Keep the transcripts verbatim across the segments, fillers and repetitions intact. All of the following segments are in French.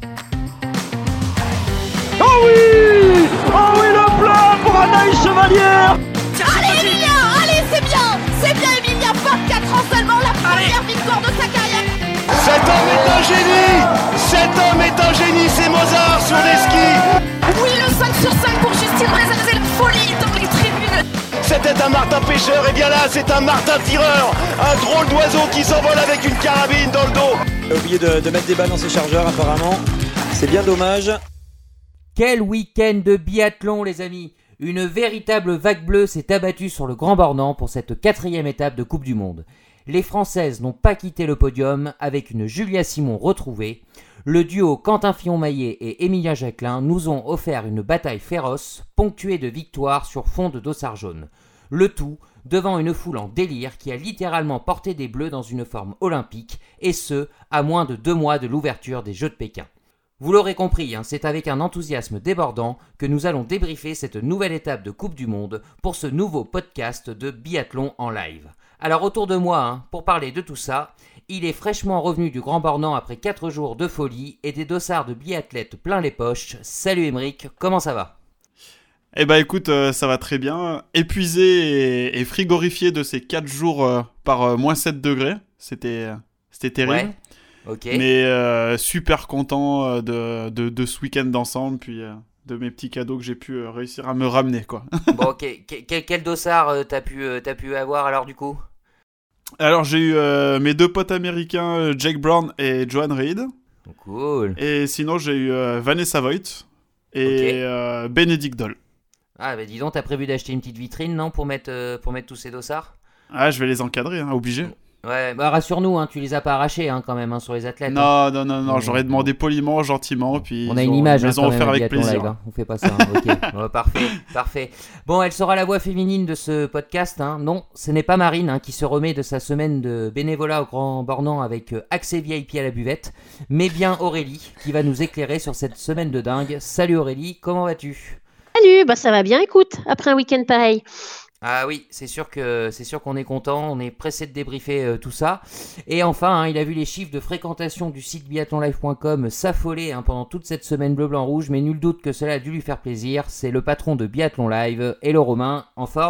Oh oui! Oh oui, le plat pour Anaïs Chevalière! Allez Emilia, allez c'est bien, c'est bien Emilia, vingt-quatre ans seulement, la première victoire de sa carrière. Cet homme est un génie! Cet homme est un génie, c'est Mozart sur les skis! Oui, le cinq sur cinq pour Justine Brezal, c'est la folie dans les tribunes. C'était un martin pêcheur, et bien là c'est un martin tireur! Un drôle d'oiseau qui s'envole avec une carabine dans le dos! Il a oublié de, de mettre des balles dans ses chargeurs apparemment, c'est bien dommage. Quel week-end de biathlon les amis! Une véritable vague bleue s'est abattue sur le Grand Bornand pour cette quatrième étape de Coupe du Monde. Les Françaises n'ont pas quitté le podium avec une Julia Simon retrouvée. Le duo Quentin Fillon-Maillet et Emilia Jacquelin nous ont offert une bataille féroce, ponctuée de victoires sur fond de dossard jaune. Le tout devant une foule en délire qui a littéralement porté des Bleus dans une forme olympique, et ce, à moins de deux mois de l'ouverture des Jeux de Pékin. Vous l'aurez compris, hein, c'est avec un enthousiasme débordant que nous allons débriefer cette nouvelle étape de Coupe du Monde pour ce nouveau podcast de biathlon en live. Alors autour de moi, hein, pour parler de tout ça, il est fraîchement revenu du Grand Bornand après quatre jours de folie et des dossards de biathlètes plein les poches. Salut Émeric, comment ça va ? Eh ben écoute, euh, ça va très bien. Épuisé et, et frigorifié de ces quatre jours euh, par euh, moins sept degrés. C'était, euh, c'était terrible. Ouais. Ok. Mais euh, super content euh, de, de, de ce week-end ensemble, puis euh, de mes petits cadeaux que j'ai pu euh, réussir à me ramener, quoi. Bon, ok. Quel, quel dossard euh, t'as pu, euh, t'as pu avoir alors du coup ? Alors j'ai eu euh, mes deux potes américains, Jake Brown et Johan Reid. Cool. Et sinon j'ai eu euh, Vanessa Voigt et okay. euh, Benedict Doll. Ah bah dis donc, t'as prévu d'acheter une petite vitrine, non, pour mettre, euh, pour mettre tous ces dossards ? Ah, je vais les encadrer, hein, obligé. Ouais, bah rassure-nous, hein, tu les as pas arrachés hein, quand même hein, sur les athlètes. Non, hein. non, non, non, Ouais. j'aurais demandé poliment, gentiment, puis on a une image, ils les hein, ont offert avec plaisir. Live, hein. On fait pas ça, hein. Ok, bon, parfait, parfait. Bon, elle sera la voix féminine de ce podcast. Hein. Non, ce n'est pas Marine hein, qui se remet de sa semaine de bénévolat au Grand Bornand avec euh, accès V I P à la buvette, mais bien Aurélie qui va nous éclairer sur cette semaine de dingue. Salut Aurélie, comment vas-tu ? Salut, bah ça va bien, écoute, après un week-end pareil. Ah oui, c'est sûr que c'est sûr qu'on est content, on est pressé de débriefer euh, tout ça. Et enfin, hein, il a vu les chiffres de fréquentation du site biathlon live point com s'affoler hein, pendant toute cette semaine bleu-blanc-rouge, mais nul doute que cela a dû lui faire plaisir. C'est le patron de Biathlon Live, Hello Romain, en forme ?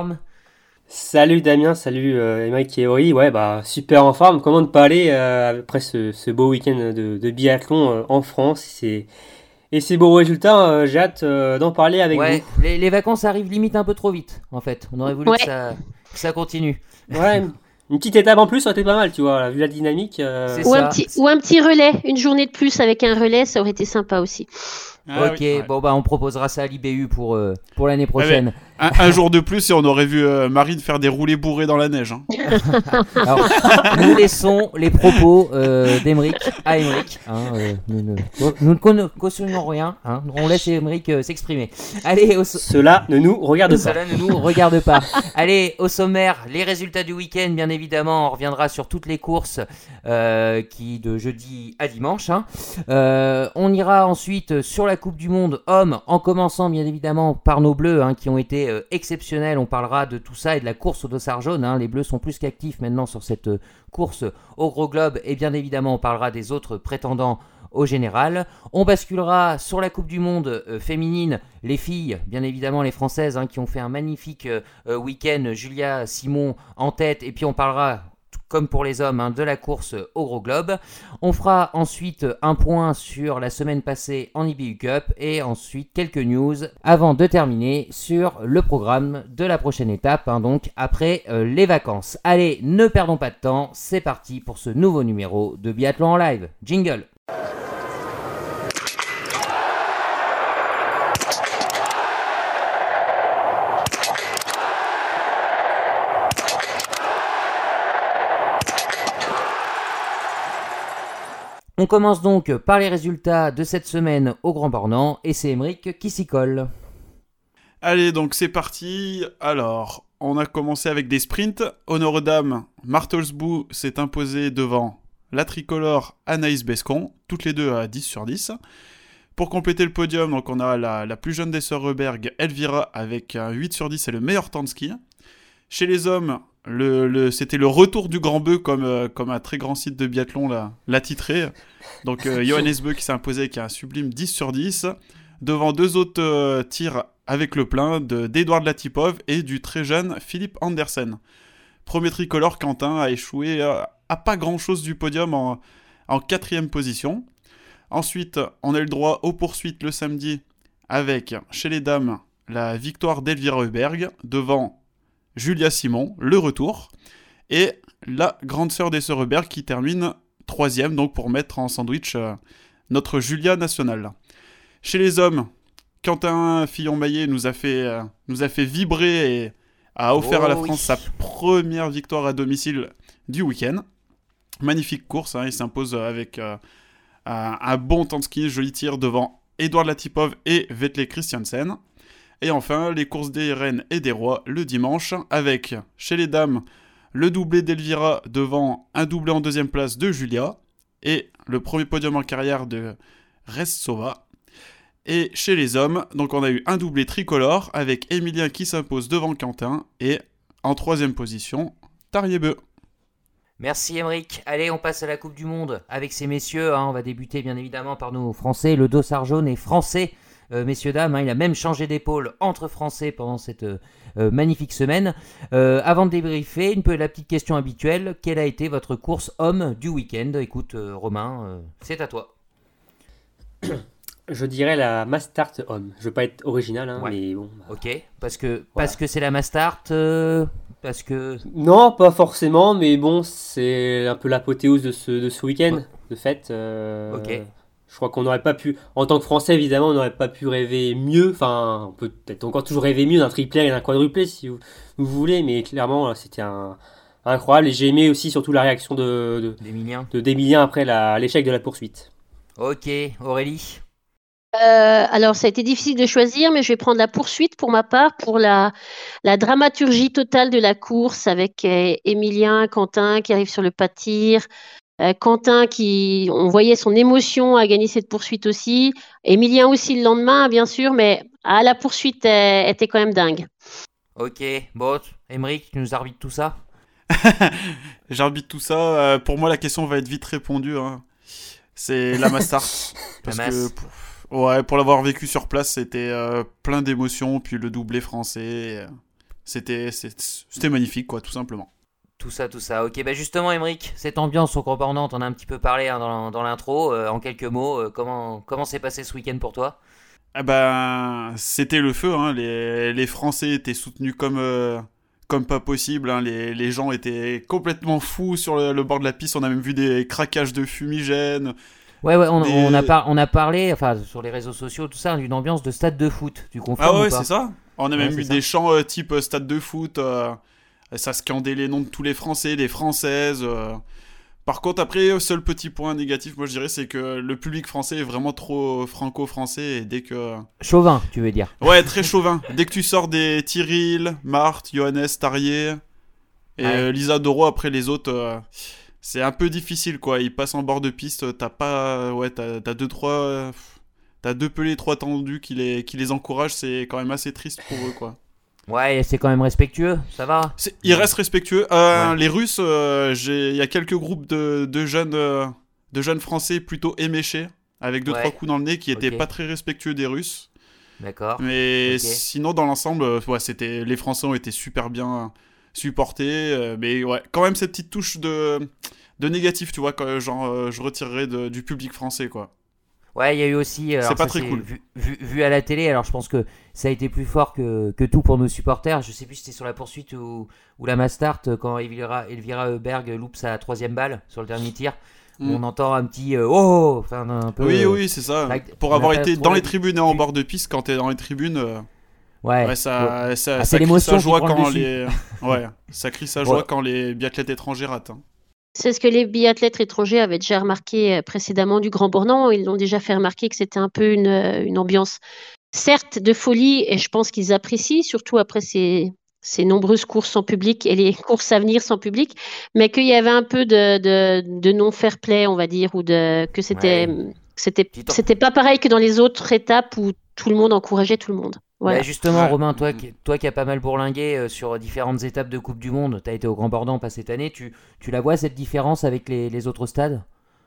Salut Damien, salut euh, Émeric et Aurélie, ouais bah super en forme. Comment ne pas aller euh, après ce, ce beau week-end de, de biathlon euh, en France, c'est... Et ces beaux résultats, euh, j'ai hâte euh, d'en parler avec ouais, vous. Les, les vacances arrivent limite un peu trop vite, en fait. On aurait voulu ouais. que, ça, que ça continue. Ouais, une petite étape en plus, ça aurait été pas mal, tu vois, vu la dynamique. Euh... Ou, ça. Un petit, ou un petit relais, une journée de plus avec un relais, ça aurait été sympa aussi. Ah, ok, oui, ouais. bon bah on proposera ça à l'I B U pour, euh, pour l'année prochaine. Ouais, un, un jour de plus et on aurait vu euh, Marine faire des roulés bourrés dans la neige. Hein. Alors, nous laissons les propos euh, d'Émeric à Émeric. Hein, euh, nous, ne, nous ne cautionnons rien. Hein, on laisse Émeric euh, s'exprimer. Allez, au so- Cela ne nous regarde pas. Cela ne nous regarde pas. Allez, au sommaire, les résultats du week-end, bien évidemment. On reviendra sur toutes les courses euh, qui de jeudi à dimanche. Hein. Euh, on ira ensuite sur la Coupe du Monde hommes, en commençant bien évidemment par nos Bleus hein, qui ont été euh, exceptionnels. On parlera de tout ça et de la course au dossard jaune. Hein. Les Bleus sont plus qu'actifs maintenant sur cette euh, course au gros globe. Et bien évidemment, on parlera des autres prétendants au général. On basculera sur la Coupe du Monde euh, féminine. Les filles, bien évidemment les Françaises hein, qui ont fait un magnifique euh, week-end. Julia Simon en tête. Et puis on parlera, comme pour les hommes, hein, de la course au gros globe. On fera ensuite un point sur la semaine passée en I B U Cup et ensuite quelques news avant de terminer sur le programme de la prochaine étape, hein, donc après euh, les vacances. Allez, ne perdons pas de temps, c'est parti pour ce nouveau numéro de Biathlon en live. Jingle. On commence donc par les résultats de cette semaine au Grand Bornand et c'est Émeric qui s'y colle. Allez, donc c'est parti. Alors, on a commencé avec des sprints. Honneur aux dames, Martelsbou s'est imposée devant la tricolore Anaïs Bescon, toutes les deux à dix sur dix. Pour compléter le podium, donc on a la, la plus jeune des sœurs Reberg, Elvira, avec un huit sur dix et le meilleur temps de ski. Chez les hommes, le, le, c'était le retour du Grand Bœuf, comme, euh, comme un très grand site de biathlon l'a, l'a titré. Donc euh, Johannes Beu qui s'est imposé avec un sublime dix sur dix, devant deux autres euh, tirs avec le plein de, d'Edouard Latipov et du très jeune Philippe Andersen. Premier tricolore, Quentin a échoué euh, à pas grand-chose du podium en, en quatrième position. Ensuite, on a eu le droit aux poursuites le samedi avec, chez les dames, la victoire d'Elvira Heuberg devant Julia Simon, le retour, et la grande sœur des sœurs Heuberg qui termine troisième, donc pour mettre en sandwich euh, notre Julia nationale. Chez les hommes, Quentin Fillon-Maillet nous a fait, euh, nous a fait vibrer et a offert oh, à la France oui. sa première victoire à domicile du week-end. Magnifique course, hein, il s'impose avec euh, un, un bon temps de ski, joli tir devant Edouard Latipov et Vetle Christiansen. Et enfin, les courses des reines et des rois le dimanche, avec, chez les dames, le doublé d'Elvira devant un doublé en deuxième place de Julia, et le premier podium en carrière de Restsova. Et chez les hommes, donc on a eu un doublé tricolore, avec Emilien qui s'impose devant Quentin, et en troisième position, Tariebeu. Merci Émeric. Allez, on passe à la Coupe du Monde avec ces messieurs. Hein. On va débuter bien évidemment par nos Français. Le dossard jaune est français. Euh, messieurs, dames, hein, il a même changé d'épaule entre Français pendant cette euh, magnifique semaine. Euh, avant de débriefer, une peu la petite question habituelle. Quelle a été votre course homme du week-end ? Écoute, euh, Romain, euh, c'est à toi. Je dirais la Mastart homme. Je veux pas être original, hein, ouais. mais bon. Bah... Ok, parce que, voilà. parce que c'est la Mastart euh, parce que... Non, pas forcément, mais bon, c'est un peu l'apothéose de ce, de ce week-end, ouais. de fait. Euh... Ok. Je crois qu'on n'aurait pas pu, en tant que Français évidemment, on n'aurait pas pu rêver mieux. Enfin, on peut peut-être encore toujours rêver mieux d'un triplé et d'un quadruplé si vous, vous voulez, mais clairement c'était un, incroyable. Et j'ai aimé aussi surtout la réaction de, de, d'Emilien. de d'Emilien après la, l'échec de la poursuite. Ok, Aurélie. Euh, alors, ça a été difficile de choisir, mais je vais prendre la poursuite pour ma part, pour la, la dramaturgie totale de la course avec euh, Emilien, Quentin qui arrive sur le pas de tir. Euh, Quentin, qui, on voyait son émotion à gagner cette poursuite aussi. Emilien aussi le lendemain, bien sûr, mais ah, la poursuite euh, était quand même dingue. Ok, bon, Émeric, tu nous arbitres tout ça ? J'arbitre tout ça. Euh, pour moi, la question va être vite répondue. Hein. C'est la Mastart. parce la que pour, ouais, pour l'avoir vécu sur place, c'était euh, plein d'émotions. Puis le doublé français, euh, c'était, c'était, c'était magnifique, quoi, tout simplement. Tout ça, tout ça. Ok, bah justement, Émeric, cette ambiance au Grand Bornand, on en a un petit peu parlé hein, dans, dans l'intro. Euh, en quelques mots, euh, comment, comment s'est passé ce week-end pour toi ? Ah ben, c'était le feu. Hein. Les, les Français étaient soutenus comme, euh, comme pas possible. Hein. Les, les gens étaient complètement fous sur le, le bord de la piste. On a même vu des craquages de fumigène. Ouais, ouais, on, des... on, a, par, on a parlé, enfin, sur les réseaux sociaux, tout ça, d'une ambiance de stade de foot. Tu confirmes Ah ouais, ou pas ? c'est ça. On a ouais, même vu ça. Des chants euh, type euh, stade de foot. Euh... Ça scandait les noms de tous les Français, les Françaises. Euh... Par contre, après, seul petit point négatif, moi je dirais, c'est que le public français est vraiment trop franco-français. Et dès que... Chauvin, tu veux dire ? Ouais, très chauvin. Dès que tu sors des Tyril, Marthe, Johannes, Tarier et ouais. euh, Lisa Doro, après les autres, euh, c'est un peu difficile, quoi. Ils passent en bord de piste, t'as pas... Ouais, t'as, t'as deux, trois... Euh... T'as deux pelés, trois tendus qui les, qui les encouragent, c'est quand même assez triste pour eux, quoi. Ouais, c'est quand même respectueux, ça va. C'est, ils restent respectueux. Euh, ouais. Les Russes, euh, il y a quelques groupes de, de, jeunes, euh, de jeunes Français plutôt éméchés, avec deux, ouais. trois coups dans le nez, qui étaient okay. pas très respectueux des Russes. D'accord. Mais okay. sinon, dans l'ensemble, ouais, c'était, les Français ont été super bien supportés. Euh, mais ouais, quand même cette petite touche de, de négatif, tu vois, quand, genre, euh, je retirerais de, du public français, quoi. Ouais, il y a eu aussi... Alors c'est pas ça, très c'est cool. Vu, vu, vu à la télé, alors je pense que ça a été plus fort que, que tout pour nos supporters. Je sais plus si c'était sur la poursuite ou, ou la Mastart, quand Elvira, Elvira Heuberg loupe sa troisième balle sur le dernier tir. Mm. On entend un petit euh, « oh !» enfin, un peu, Oui, euh, oui, c'est ça. Like, pour avoir été dans les tribunes et en tu... bord de piste, quand t'es dans les tribunes... Euh... Ouais, ouais, ça, ouais. ça, Ah, ça crie sa joie quand les... ouais, ça crie sa joie ouais. quand les biathlètes étrangers ratent. Hein. C'est ce que les biathlètes étrangers avaient déjà remarqué précédemment du Grand Bornand. Ils l'ont déjà fait remarquer que c'était un peu une, une ambiance, certes, de folie, et je pense qu'ils apprécient, surtout après ces, ces nombreuses courses sans public et les courses à venir sans public, mais qu'il y avait un peu de, de, de non-fair play, on va dire, ou de, que c'était, ouais. c'était, c'était pas pareil que dans les autres étapes où tout le monde encourageait tout le monde. Voilà. Bah, justement, Ouais. Romain, toi, qui- toi qui as pas mal bourlingué euh, sur différentes étapes de Coupe du Monde, tu as été au Grand Bornand pas cette année, tu, tu la vois cette différence avec les, les autres stades?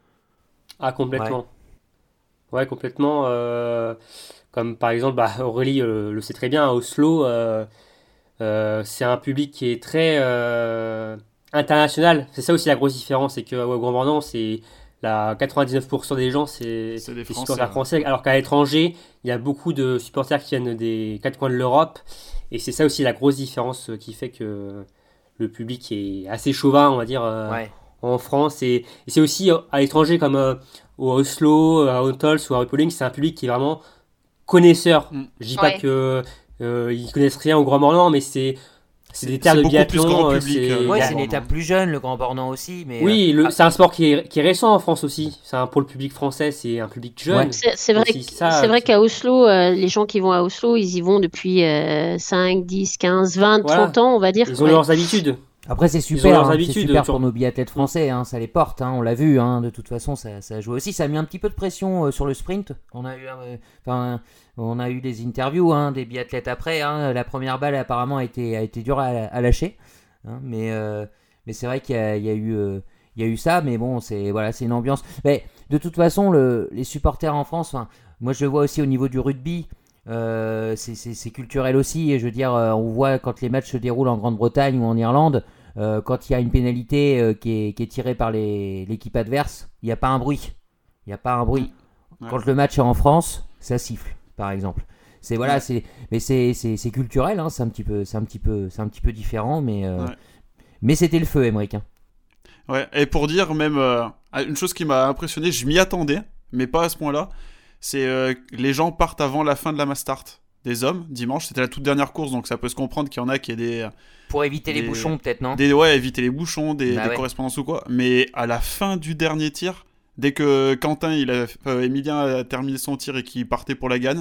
Ah, complètement. Ouais, complètement. euh, Comme par exemple, bah, Aurélie euh, le sait très bien, à Oslo, euh, euh, c'est un public qui est très euh, international. C'est ça aussi la grosse différence, c'est qu'au Grand Bornand, c'est la quatre-vingt-dix-neuf pour cent des gens, c'est C'est des des Français, supporters ouais. français, alors qu'à l'étranger, il y a beaucoup de supporters qui viennent des quatre coins de l'Europe. Et c'est ça aussi la grosse différence euh, qui fait que le public est assez chauvin, on va dire, euh, Ouais. en France. Et, et c'est aussi euh, à l'étranger, comme euh, au Oslo, à Hontholz ou à Ruhpolding, c'est un public qui est vraiment connaisseurs. Mm. Je dis pas Ouais. que euh, ils connaissent rien au Grand Bornand, mais c'est c'est des C'est- terres c'est de beaucoup plus biathlon. grand euh, public, c'est- euh, Ouais, il y a- c'est une étape plus jeune, le Grand Bornand aussi, mais... Oui, euh, le- c'est un sport qui est, qui est récent en France aussi. C'est un, pour le public français, c'est un public jeune. Ouais. C'est c'est vrai, Aussi, que- ça, c'est vrai qui- qu'à Oslo, euh, les gens qui vont à Oslo, ils y vont depuis euh, cinq, dix, quinze, vingt, Voilà. trente ans, on va dire. Ils ont Ouais. leurs habitudes. Après, c'est ont super, leurs hein, c'est habitudes, super tu pour vois. nos biathlètes français, hein, ça les porte, hein, on l'a vu, hein, de toute façon, ça, ça a joué aussi. Ça a mis un petit peu de pression euh, sur le sprint. On a eu, euh, enfin, on a eu des interviews hein, des biathlètes après. Hein, la première balle, apparemment, a été, a été dure à, à lâcher. Hein, mais euh, mais c'est vrai qu'il y a, il y a eu. euh, il y a eu ça, mais bon, c'est voilà, c'est une ambiance. Mais de toute façon, le, les supporters en France, enfin, moi je le vois aussi au niveau du rugby. Euh, c'est, c'est, c'est culturel aussi, et je veux dire, euh, on voit quand les matchs se déroulent en Grande-Bretagne ou en Irlande, euh, quand il y a une pénalité euh, qui, est, qui est tirée par les, l'équipe adverse, il n'y a pas un bruit. Il n'y a pas un bruit. Ouais. Quand le match est en France, ça siffle, par exemple. C'est voilà, Ouais. c'est mais c'est, c'est, c'est culturel, hein, c'est un petit peu, c'est un petit peu, c'est un petit peu différent, mais euh, Ouais. mais c'était le feu, Emmerich. Hein. Ouais, et pour dire même euh, une chose qui m'a impressionné, je m'y attendais, mais pas à ce point-là, c'est euh, que les gens partent avant la fin de la Mastart des hommes dimanche. C'était la toute dernière course, donc ça peut se comprendre qu'il y en a qui aient des, Pour éviter les Des- bouchons, peut-être, non? des ouais, éviter les bouchons, des, Bah des ouais. correspondances ou quoi. Mais à la fin du dernier tir, dès que Quentin, il a, euh, Emilien a terminé son tir et qu'il partait pour la gagne,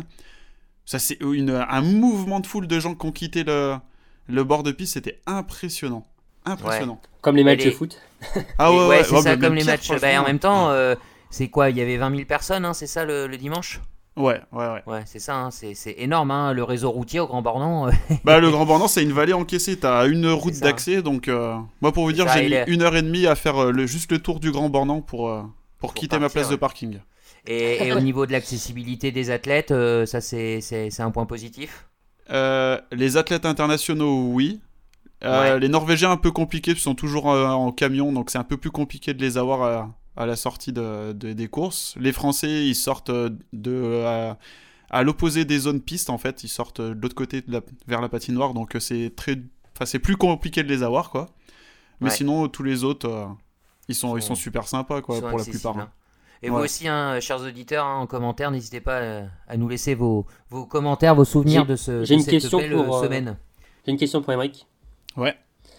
ça c'est une, un mouvement de foule de gens qui ont quitté le, le bord de piste, c'était impressionnant. Impressionnant. Comme les matchs Et les- de foot. Ah Et ouais, ouais, c'est ouais, ça, mais comme même les pire, matchs. Bah, en franchement. même temps, euh, c'est quoi? Il y avait vingt mille personnes, hein, c'est ça le, le dimanche? Ouais, ouais, ouais. Ouais, c'est ça, hein, c'est, c'est énorme, hein, le réseau routier au Grand Bornand. euh, Bah, le Grand Bornand, c'est une vallée encaissée. T'as une route ça. d'accès, donc euh, moi, pour vous C'est dire, ça, j'ai il mis est- une heure et demie à faire euh, le, juste le tour du Grand Bornand pour, euh, pour, Pour quitter ma partir, place ouais. de parking. Et, et au niveau de l'accessibilité des athlètes, euh, ça c'est, c'est, c'est un point positif. Euh, les athlètes internationaux, oui. Euh, Ouais. Les Norvégiens, un peu compliqués, ils sont toujours euh, en camion, donc c'est un peu plus compliqué de les avoir à, à la sortie de, de- des courses. Les Français, ils sortent euh, de, à, à l'opposé des zones pistes, en fait. Ils sortent de l'autre côté de la- vers la patinoire, donc euh, c'est très, enfin, c'est plus compliqué de les avoir, quoi. Mais Ouais. sinon, tous les autres, euh, ils, sont, Sont- ils sont super sympas, quoi, Ils sont pour la accessibles, plupart. hein. Et vous Ouais. aussi, hein, chers auditeurs, hein, en commentaire, n'hésitez pas euh, à nous laisser vos, vos commentaires, vos souvenirs J'ai- de, ce, j'ai de une cette question belle pour, euh, euh, semaine. J'ai une question pour Émeric. Ouais.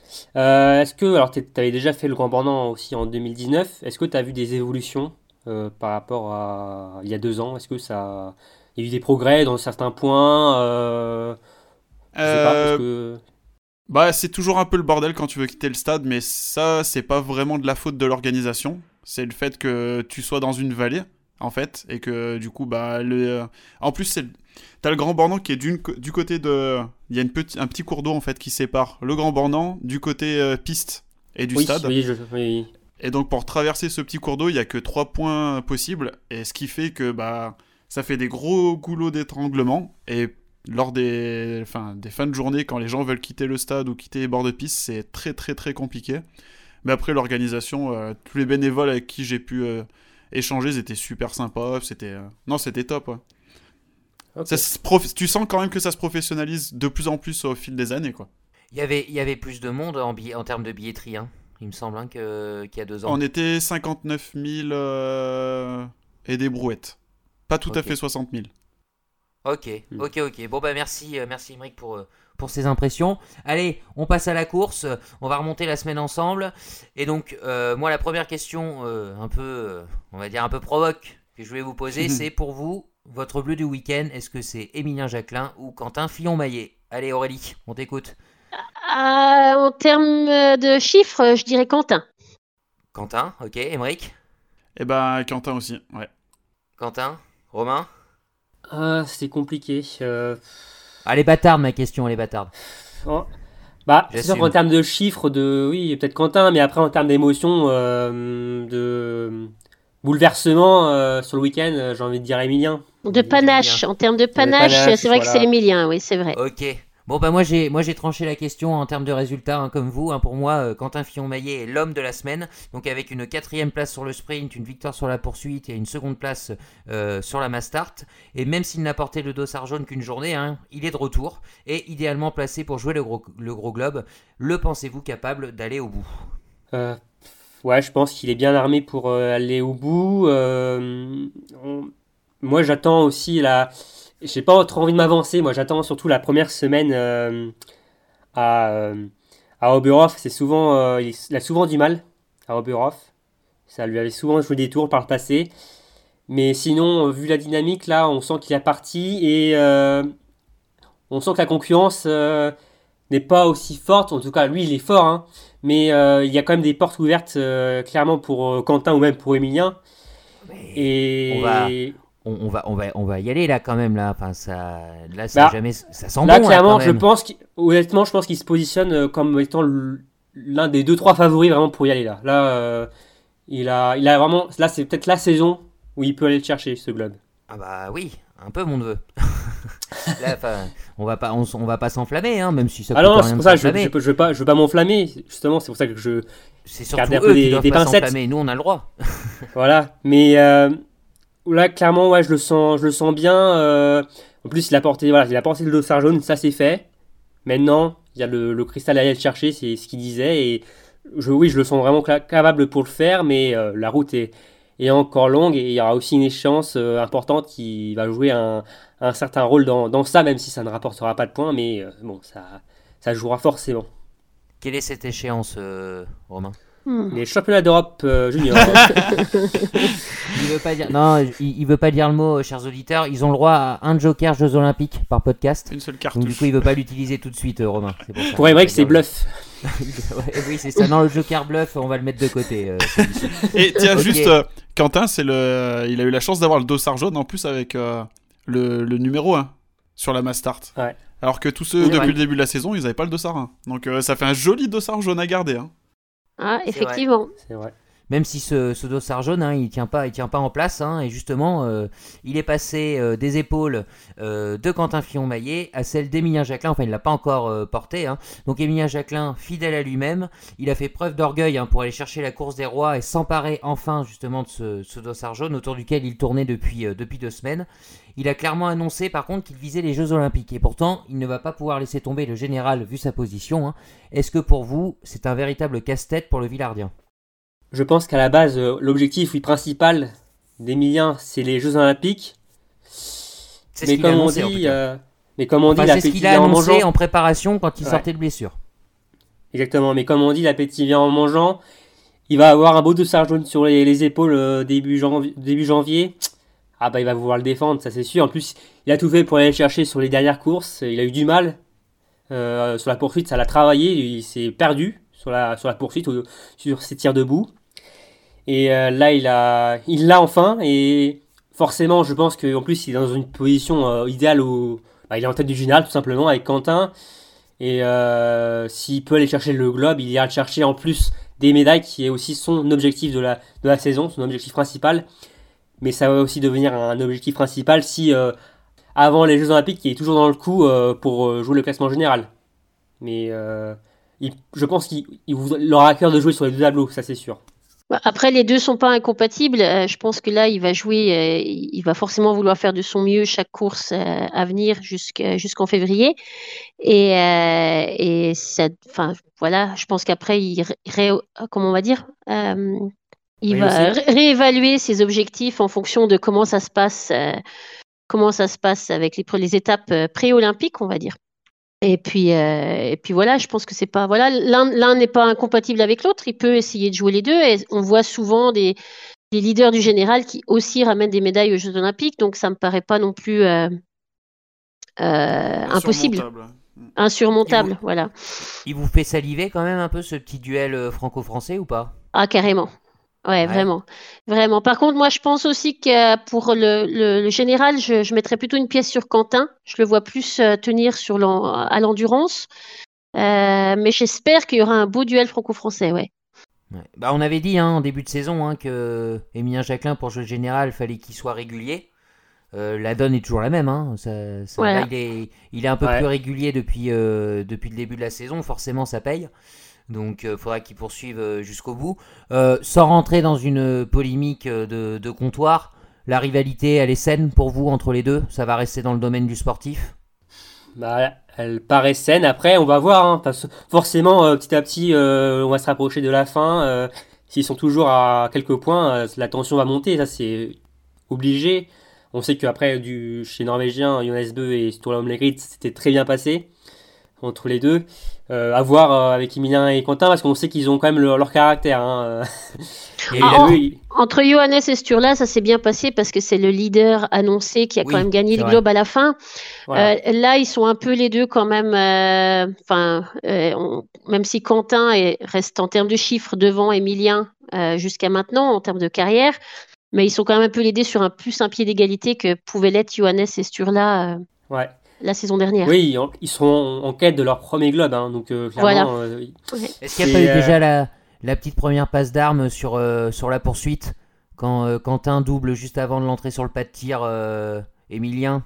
Euh, est-ce que, alors tu avais déjà fait le Grand Bornand aussi en deux mille dix-neuf, est-ce que tu as vu des évolutions euh, par rapport à il y a deux ans? Est-ce que ça, il y a eu des progrès dans certains points euh, Je sais pas, Euh, parce que... Bah, c'est toujours un peu le bordel quand tu veux quitter le stade, mais ça, c'est pas vraiment de la faute de l'organisation. C'est le fait que tu sois dans une vallée, en fait, et que du coup, bah, le... en plus, c'est... t'as le Grand Bornand qui est d'une co- du côté de. Il y a une petit... un petit cours d'eau, en fait, qui sépare le Grand Bornand du côté euh, piste et du oui, stade. oui, je- oui. Et donc, pour traverser ce petit cours d'eau, il y a que trois points possibles, et ce qui fait que, bah, ça fait des gros goulots d'étranglement, et lors des, enfin, des fins de journée, quand les gens veulent quitter le stade ou quitter les bords de piste, c'est très très très compliqué. Mais après, l'organisation, euh, tous les bénévoles avec qui j'ai pu euh, échanger, ils étaient super sympas. C'était, euh, non, c'était top. Ouais. Ok. Ça se prof- Tu sens quand même que ça se professionnalise de plus en plus au fil des années, quoi. Il y avait, il y avait plus de monde en, billet- en termes de billetterie, hein, il me semble, hein, que, qu'il y a deux ans. On était cinquante-neuf mille euh, et des brouettes. Pas tout à Ok. fait soixante mille. Ok, Hmm. ok, ok. Bon bah merci, euh, merci Émeric pour, euh, pour ces impressions. Allez, on passe à la course. On va remonter la semaine ensemble. Et donc, euh, moi la première question, euh, un peu, euh, on va dire un peu provoque, que je voulais vous poser, c'est pour vous, votre bleu du week-end, est-ce que c'est Émilien Jacquelin ou Quentin Fillon-Maillet? Allez Aurélie, on t'écoute. Ah, en termes de chiffres, je dirais Quentin. Quentin, ok. Émeric, Et ben, Quentin aussi, ouais. Quentin, Romain. Ah, c'est compliqué. Euh, Ah, les bâtards, ma question, les bâtards. Oh. Bah, c'est J'assume. sûr qu'en termes de chiffres, de oui, peut-être Quentin, mais après en termes d'émotion, euh, de bouleversement euh, sur le week-end, euh, j'ai envie de dire Emilien. De panache, en termes de panache, panache, c'est vrai que voilà. c'est Emilien, oui, c'est vrai. Ok. Bon, bah moi j'ai moi j'ai tranché la question en termes de résultats, hein, comme vous. Hein. Pour moi, euh, Quentin Fillon-Maillet est l'homme de la semaine. Donc avec une quatrième place sur le sprint, une victoire sur la poursuite et une seconde place euh, sur la mass start. Et même s'il n'a porté le dossard jaune qu'une journée, hein, il est de retour et idéalement placé pour jouer le gros, le gros globe. Le pensez-vous capable d'aller au bout? Euh, ouais, je pense qu'il est bien armé pour euh, aller au bout. Euh, on- Moi, j'attends aussi la. J'ai pas trop envie de m'avancer. Moi, j'attends surtout la première semaine euh, à, euh, à Oberhof. C'est souvent, euh, il il a souvent du mal à Oberhof. Ça lui avait souvent joué des tours par le passé. Mais sinon, euh, vu la dynamique, là, on sent qu'il est parti et euh, on sent que la concurrence euh, n'est pas aussi forte. En tout cas, lui, il est fort, hein. Mais euh, il y a quand même des portes ouvertes, euh, clairement, pour euh, Quentin ou même pour Emilien. Et On va- On, on va on va on va y aller là quand même là. Enfin ça là ça Bah, jamais ça sent là, bon clairement, là, je quand même. pense qu'il- honnêtement, je pense qu'il se positionne euh, comme étant l- l'un des deux trois favoris vraiment pour y aller là. Là, euh, il a, il a vraiment. Là, c'est peut-être la saison où il peut aller le chercher ce globe. Ah bah oui, un peu mon neveu. Là, enfin, on va pas, on, s- on va pas s'enflammer, hein, même si ça Ah coûte non, rien c'est de pour ça, je, s'enflammer. je, peux- je veux pas, je veux pas m'enflammer. Justement, c'est pour ça que je, C'est garder surtout un peu eux des- qui doivent des pas pincettes. s'enflammer. Nous, on a le droit. voilà. Mais euh, là, clairement, ouais, je le sens, je le sens bien. euh, en plus, il a porté, voilà, il a porté le dossard jaune, ça c'est fait. Maintenant, il y a le, le cristal à aller le chercher, c'est ce qu'il disait. Et je, oui, je le sens vraiment cla- capable pour le faire, mais euh, la route est, est encore longue et il y aura aussi une échéance euh, importante qui va jouer un, un certain rôle dans, dans ça, même si ça ne rapportera pas de points, mais euh, bon, ça, ça jouera forcément. Quelle est cette échéance, euh, Romain? Hmm. Les championnats d'Europe euh, junior. Il veut pas dire. Non, il, il veut pas dire le mot, euh, chers auditeurs. Ils ont le droit à un joker Jeux Olympiques par podcast. Une seule Donc du cartouche. coup, il veut pas l'utiliser tout de suite, euh, Romain. C'est pour ça. Pour Emmerich, c'est bluff. Ouais, oui, c'est ça. Non, le joker bluff, on va le mettre de côté. euh, celui-ci. Et tiens, Ok. juste, euh, Quentin, c'est le, il a eu la chance d'avoir le dossard jaune en plus avec euh, le, le numéro un sur la mass start. Ouais. Alors que tous ceux C'est depuis vrai. le début de la saison, ils n'avaient pas le dossard un. Donc euh, ça fait un joli dossard jaune à garder. Hein. Ah, C'est effectivement. C'est vrai. Même si ce, ce dossard jaune, hein, il tient pas, il tient pas en place, hein, et justement, euh, il est passé euh, des épaules euh, de Quentin Fillon-Maillet à celle d'Emilien Jacquelin. Enfin, il l'a pas encore euh, porté. Hein. Donc Emilien Jacquelin, fidèle à lui-même, il a fait preuve d'orgueil hein, pour aller chercher la course des rois et s'emparer enfin justement de ce, ce dossard jaune autour duquel il tournait depuis, euh, depuis deux semaines. Il a clairement annoncé par contre qu'il visait les Jeux Olympiques et pourtant il ne va pas pouvoir laisser tomber le général vu sa position. Hein. Est-ce que pour vous c'est un véritable casse-tête pour le Villardien? Je pense qu'à la base, euh, l'objectif oui, principal d'Emilien, c'est les Jeux Olympiques. C'est ce Mais qu'il a comme on annoncé, en tout dit, cas. euh, mais comme on Enfin, dit, c'est ce l'appétit qu'il a vient en annoncé mangeant. en préparation quand il Ouais. sortait de blessure. Exactement. Mais comme on dit, l'appétit vient en mangeant. Il va avoir un beau dossard jaune sur les, les épaules euh, début, janvier, début janvier. Ah bah il va vouloir le défendre, ça c'est sûr. En plus, il a tout fait pour aller le chercher sur les dernières courses. Il a eu du mal euh, sur la poursuite, ça l'a travaillé. Il s'est perdu sur la sur la poursuite, au- sur ses tirs debout. Et euh, là, il a, il l'a enfin. Et forcément, je pense qu'en plus, il est dans une position euh, idéale où bah, il est en tête du général, tout simplement, avec Quentin. Et euh, s'il peut aller chercher le globe, il ira le chercher en plus des médailles, qui est aussi son objectif de la, de la saison, son objectif principal. Mais ça va aussi devenir un objectif principal si, euh, avant les Jeux Olympiques, il est toujours dans le coup euh, pour euh, jouer le classement général. Mais euh, il, je pense qu'il il vous- il aura à cœur de jouer sur les deux tableaux, ça c'est sûr. Bah, Après, les deux sont pas incompatibles. Euh, je pense que là, il va jouer, euh, il va forcément vouloir faire de son mieux chaque course euh, à venir jusqu'à- jusqu'en février. Et, euh, et ça, enfin, voilà, je pense qu'après, il, ré, ré- comment on va dire, euh, il va Réussir. ré- réévaluer ses objectifs en fonction de comment ça se passe, euh, comment ça se passe avec les, les étapes euh, pré-olympiques, on va dire. Et puis, euh, et puis voilà, je pense que c'est pas, voilà, l'un, l'un n'est pas incompatible avec l'autre. Il peut essayer de jouer les deux. Et on voit souvent des, des leaders du général qui aussi ramènent des médailles aux Jeux Olympiques. Donc ça me paraît pas non plus euh, euh, impossible, Insurmontable. insurmontable. Il vous- Voilà. Il vous fait saliver quand même un peu ce petit duel euh, franco-français ou pas? Ah carrément, Ouais, Ouais. vraiment, vraiment. Par contre, moi, je pense aussi que pour le, le, le général, je, je mettrais plutôt une pièce sur Quentin. Je le vois plus euh, tenir sur l'en- à l'endurance. Euh, mais j'espère qu'il y aura un beau duel franco-français, ouais. Ouais. Bah, on avait dit hein, en début de saison hein, que Émilien Jacquelin, pour jouer le général, fallait qu'il soit régulier. Euh, la donne est toujours la même. Hein. Ça, ça, Voilà. là, il, est, il est un peu Ouais. plus régulier depuis, euh, depuis le début de la saison. Forcément, ça paye. Donc, il faudra qu'il poursuive euh, jusqu'au bout. Euh, sans rentrer dans une polémique euh, de, de comptoir, la rivalité, elle est saine pour vous entre les deux? Ça va rester dans le domaine du sportif? Bah, elle paraît saine. Après, on va voir. Hein, parce que forcément, euh, petit à petit, euh, on va se rapprocher de la fin. Euh, s'ils sont toujours à quelques points, euh, la tension va monter. Ça, c'est obligé. On sait qu'après, du, chez Norvégien, Jonas Bø et Sturla Omlegrid, c'était très bien passé entre les deux. Euh, à voir euh, avec Emilien et Quentin, parce qu'on sait qu'ils ont quand même leur, leur caractère. Hein. Et Ah, la- en- Eux, ils- Entre Johannes et Sturla, ça s'est bien passé parce que c'est le leader annoncé qui a Oui, quand même gagné c'est le vrai. globe à la fin. voilà. Euh, là, ils sont un peu les deux quand même. euh, Enfin, euh, on- même si Quentin est- reste en termes de chiffres devant Emilien euh, jusqu'à maintenant en termes de carrière, mais ils sont quand même un peu les deux sur un plus un pied d'égalité que pouvaient l'être Johannes et Sturla euh, Ouais. la saison dernière. Oui, en- ils seront en, en quête de leur premier globe. Hein, donc, euh, clairement, euh, Est-ce qu'il n'y a pas c'est, eu euh, déjà la, la petite première passe d'armes sur, euh, sur la poursuite quand euh, Quentin double juste avant de l'entrée sur le pas de tir euh, Emilien?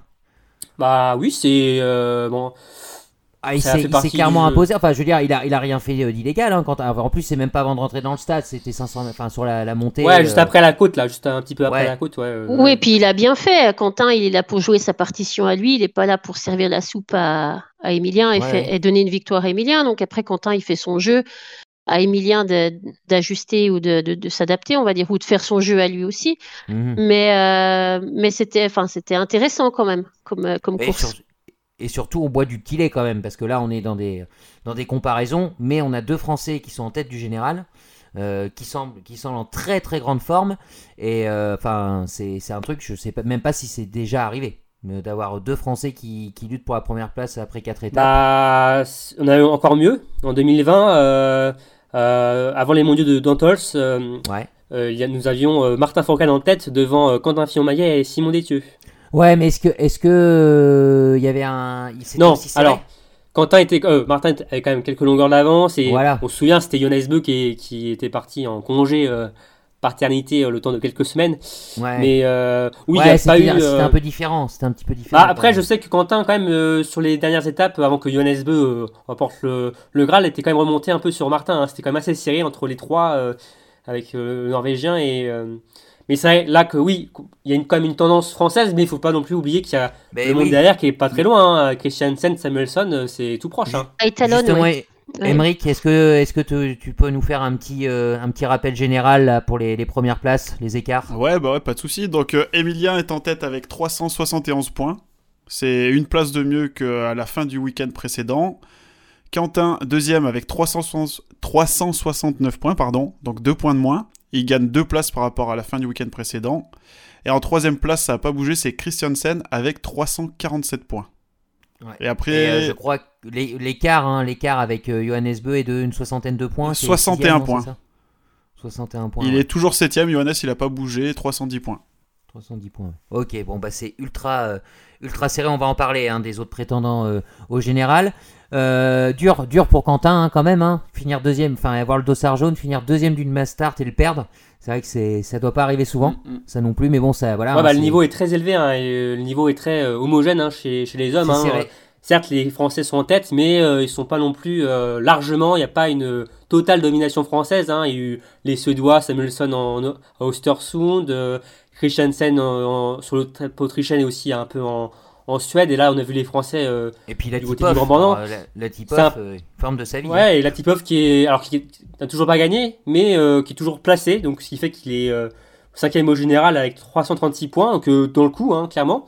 bah oui, c'est euh, bon. Ah, il Ça s'est fait il s'est partie clairement du jeu. imposé. Enfin, je veux dire, il a, il a rien fait euh, d'illégal. Hein, quand, en plus, c'est même pas avant de rentrer dans le stade. C'était cinq cents, enfin, sur la, la montée. Ouais, juste euh, après la côte, là, juste un petit peu après Ouais. la côte, ouais. euh, Oui, et puis il a bien fait. Quentin, il est là pour jouer sa partition à lui. Il n'est pas là pour servir la soupe à, à Emilien et, Ouais, fait- ouais. et donner une victoire à Emilien. Donc après, Quentin, il fait son jeu. À Emilien de- d'ajuster ou de, de, de s'adapter, on va dire, ou de faire son jeu à lui aussi. Mhm. Mais, euh, mais c'était, enfin, c'était intéressant quand même comme, euh, comme Et, course. sur- et surtout, on boit du petit lait quand même, parce que là, on est dans des, dans des comparaisons, mais on a deux Français qui sont en tête du général, euh, qui, semblent, qui semblent en très très grande forme. Et euh, enfin, c'est c'est un truc, je sais pas, même pas si c'est déjà arrivé, mais d'avoir deux Français qui, qui luttent pour la première place après quatre étapes. Bah, c- on a eu encore mieux. En deux mille vingt, euh, euh, avant les mondiaux de Dantols, euh, Ouais. euh, il y a- nous avions euh, Martin Fourcade en tête devant euh, Quentin Fillon-Maillet et Simon Détieux. Ouais, mais est-ce que est-ce que euh, il y avait un, il s'était Non, aussi serré alors, Quentin était, euh, Martin avait quand même quelques longueurs d'avance et Voilà. on se souvient, c'était Jonas Bø qui, qui était parti en congé euh, paternité euh, le temps de quelques semaines. Ouais. Mais euh, oui, il Ouais, n'y a c'était pas eu. c'était euh, un peu différent, c'était un petit peu différent. Bah, après, quand je même. sais que Quentin, quand même, euh, sur les dernières étapes, avant que Jonas Bø euh, remporte le, le Graal, était quand même remonté un peu sur Martin. Hein. C'était quand même assez serré entre les trois, euh, avec euh, le Norvégien. Et, euh, mais c'est vrai, là que oui, il y a une, quand même une tendance française, mais il faut pas non plus oublier qu'il y a Ben le monde oui. derrière qui est pas très loin. Hein. Christiansen, Samuelsson, euh, c'est tout proche. Hein. À Italone, Justement, ouais. Ouais. Émeric, est-ce que, est-ce que tu, tu peux nous faire un petit, euh, un petit rappel général là, pour les, les premières places, les écarts? Ouais, bah ouais, pas de souci. Donc, euh, Emilien est en tête avec trois cent soixante et onze points. C'est une place de mieux qu'à la fin du week-end précédent. Quentin, deuxième avec trois cent soixante-neuf points, pardon, donc deux points de moins. Il gagne deux places par rapport à la fin du week-end précédent. Et en troisième place, ça n'a pas bougé, c'est Christiansen avec trois cent quarante-sept points. Ouais. Et après, Et, euh, je crois que l'é- l'écart, hein, l'écart avec euh, Johannes Bø est de une soixantaine de points. c'est soixante et un sixième, non, points. c'est ça soixante et un points. il ouais. est toujours septième. Johannes, il n'a pas bougé, trois cent dix points. trois cent dix points. Ok, bon bah c'est ultra, euh, ultra serré. On va en parler hein, des autres prétendants euh, au général. Euh, dur, dur pour Quentin hein, quand même. Hein. Finir deuxième, enfin avoir le dossard jaune, finir deuxième d'une mass start et le perdre. C'est vrai que c'est, ça doit pas arriver souvent, Mm, mm. ça non plus. Mais bon, ça, voilà. Ouais, hein, bah, le c'est- niveau est très élevé, hein, et, euh, le niveau est très euh, homogène hein, chez, chez les hommes. c'est Hein. serré. Euh, certes, les Français sont en tête, mais euh, ils sont pas non plus euh, largement. Il n'y a pas une euh, totale domination française. Hein. Il y a eu les Suédois, Samuelsson en, en à Östersund, euh, Christiansen en, en- sur le trip autrichienne et aussi un peu en, en Suède. Et là, on a vu les Français. euh, Et puis la du côté Tipov, du Grand Bornand. alors, la, la Tipov, C'est un- euh, forme de sa vie. hein. Ouais, et la Tipov qui est, alors qui est- n'a toujours pas gagné, mais euh, qui est toujours placé, donc ce qui fait qu'il est euh, cinquième au général avec trois cent trente-six points, donc euh, dans le coup, hein, clairement.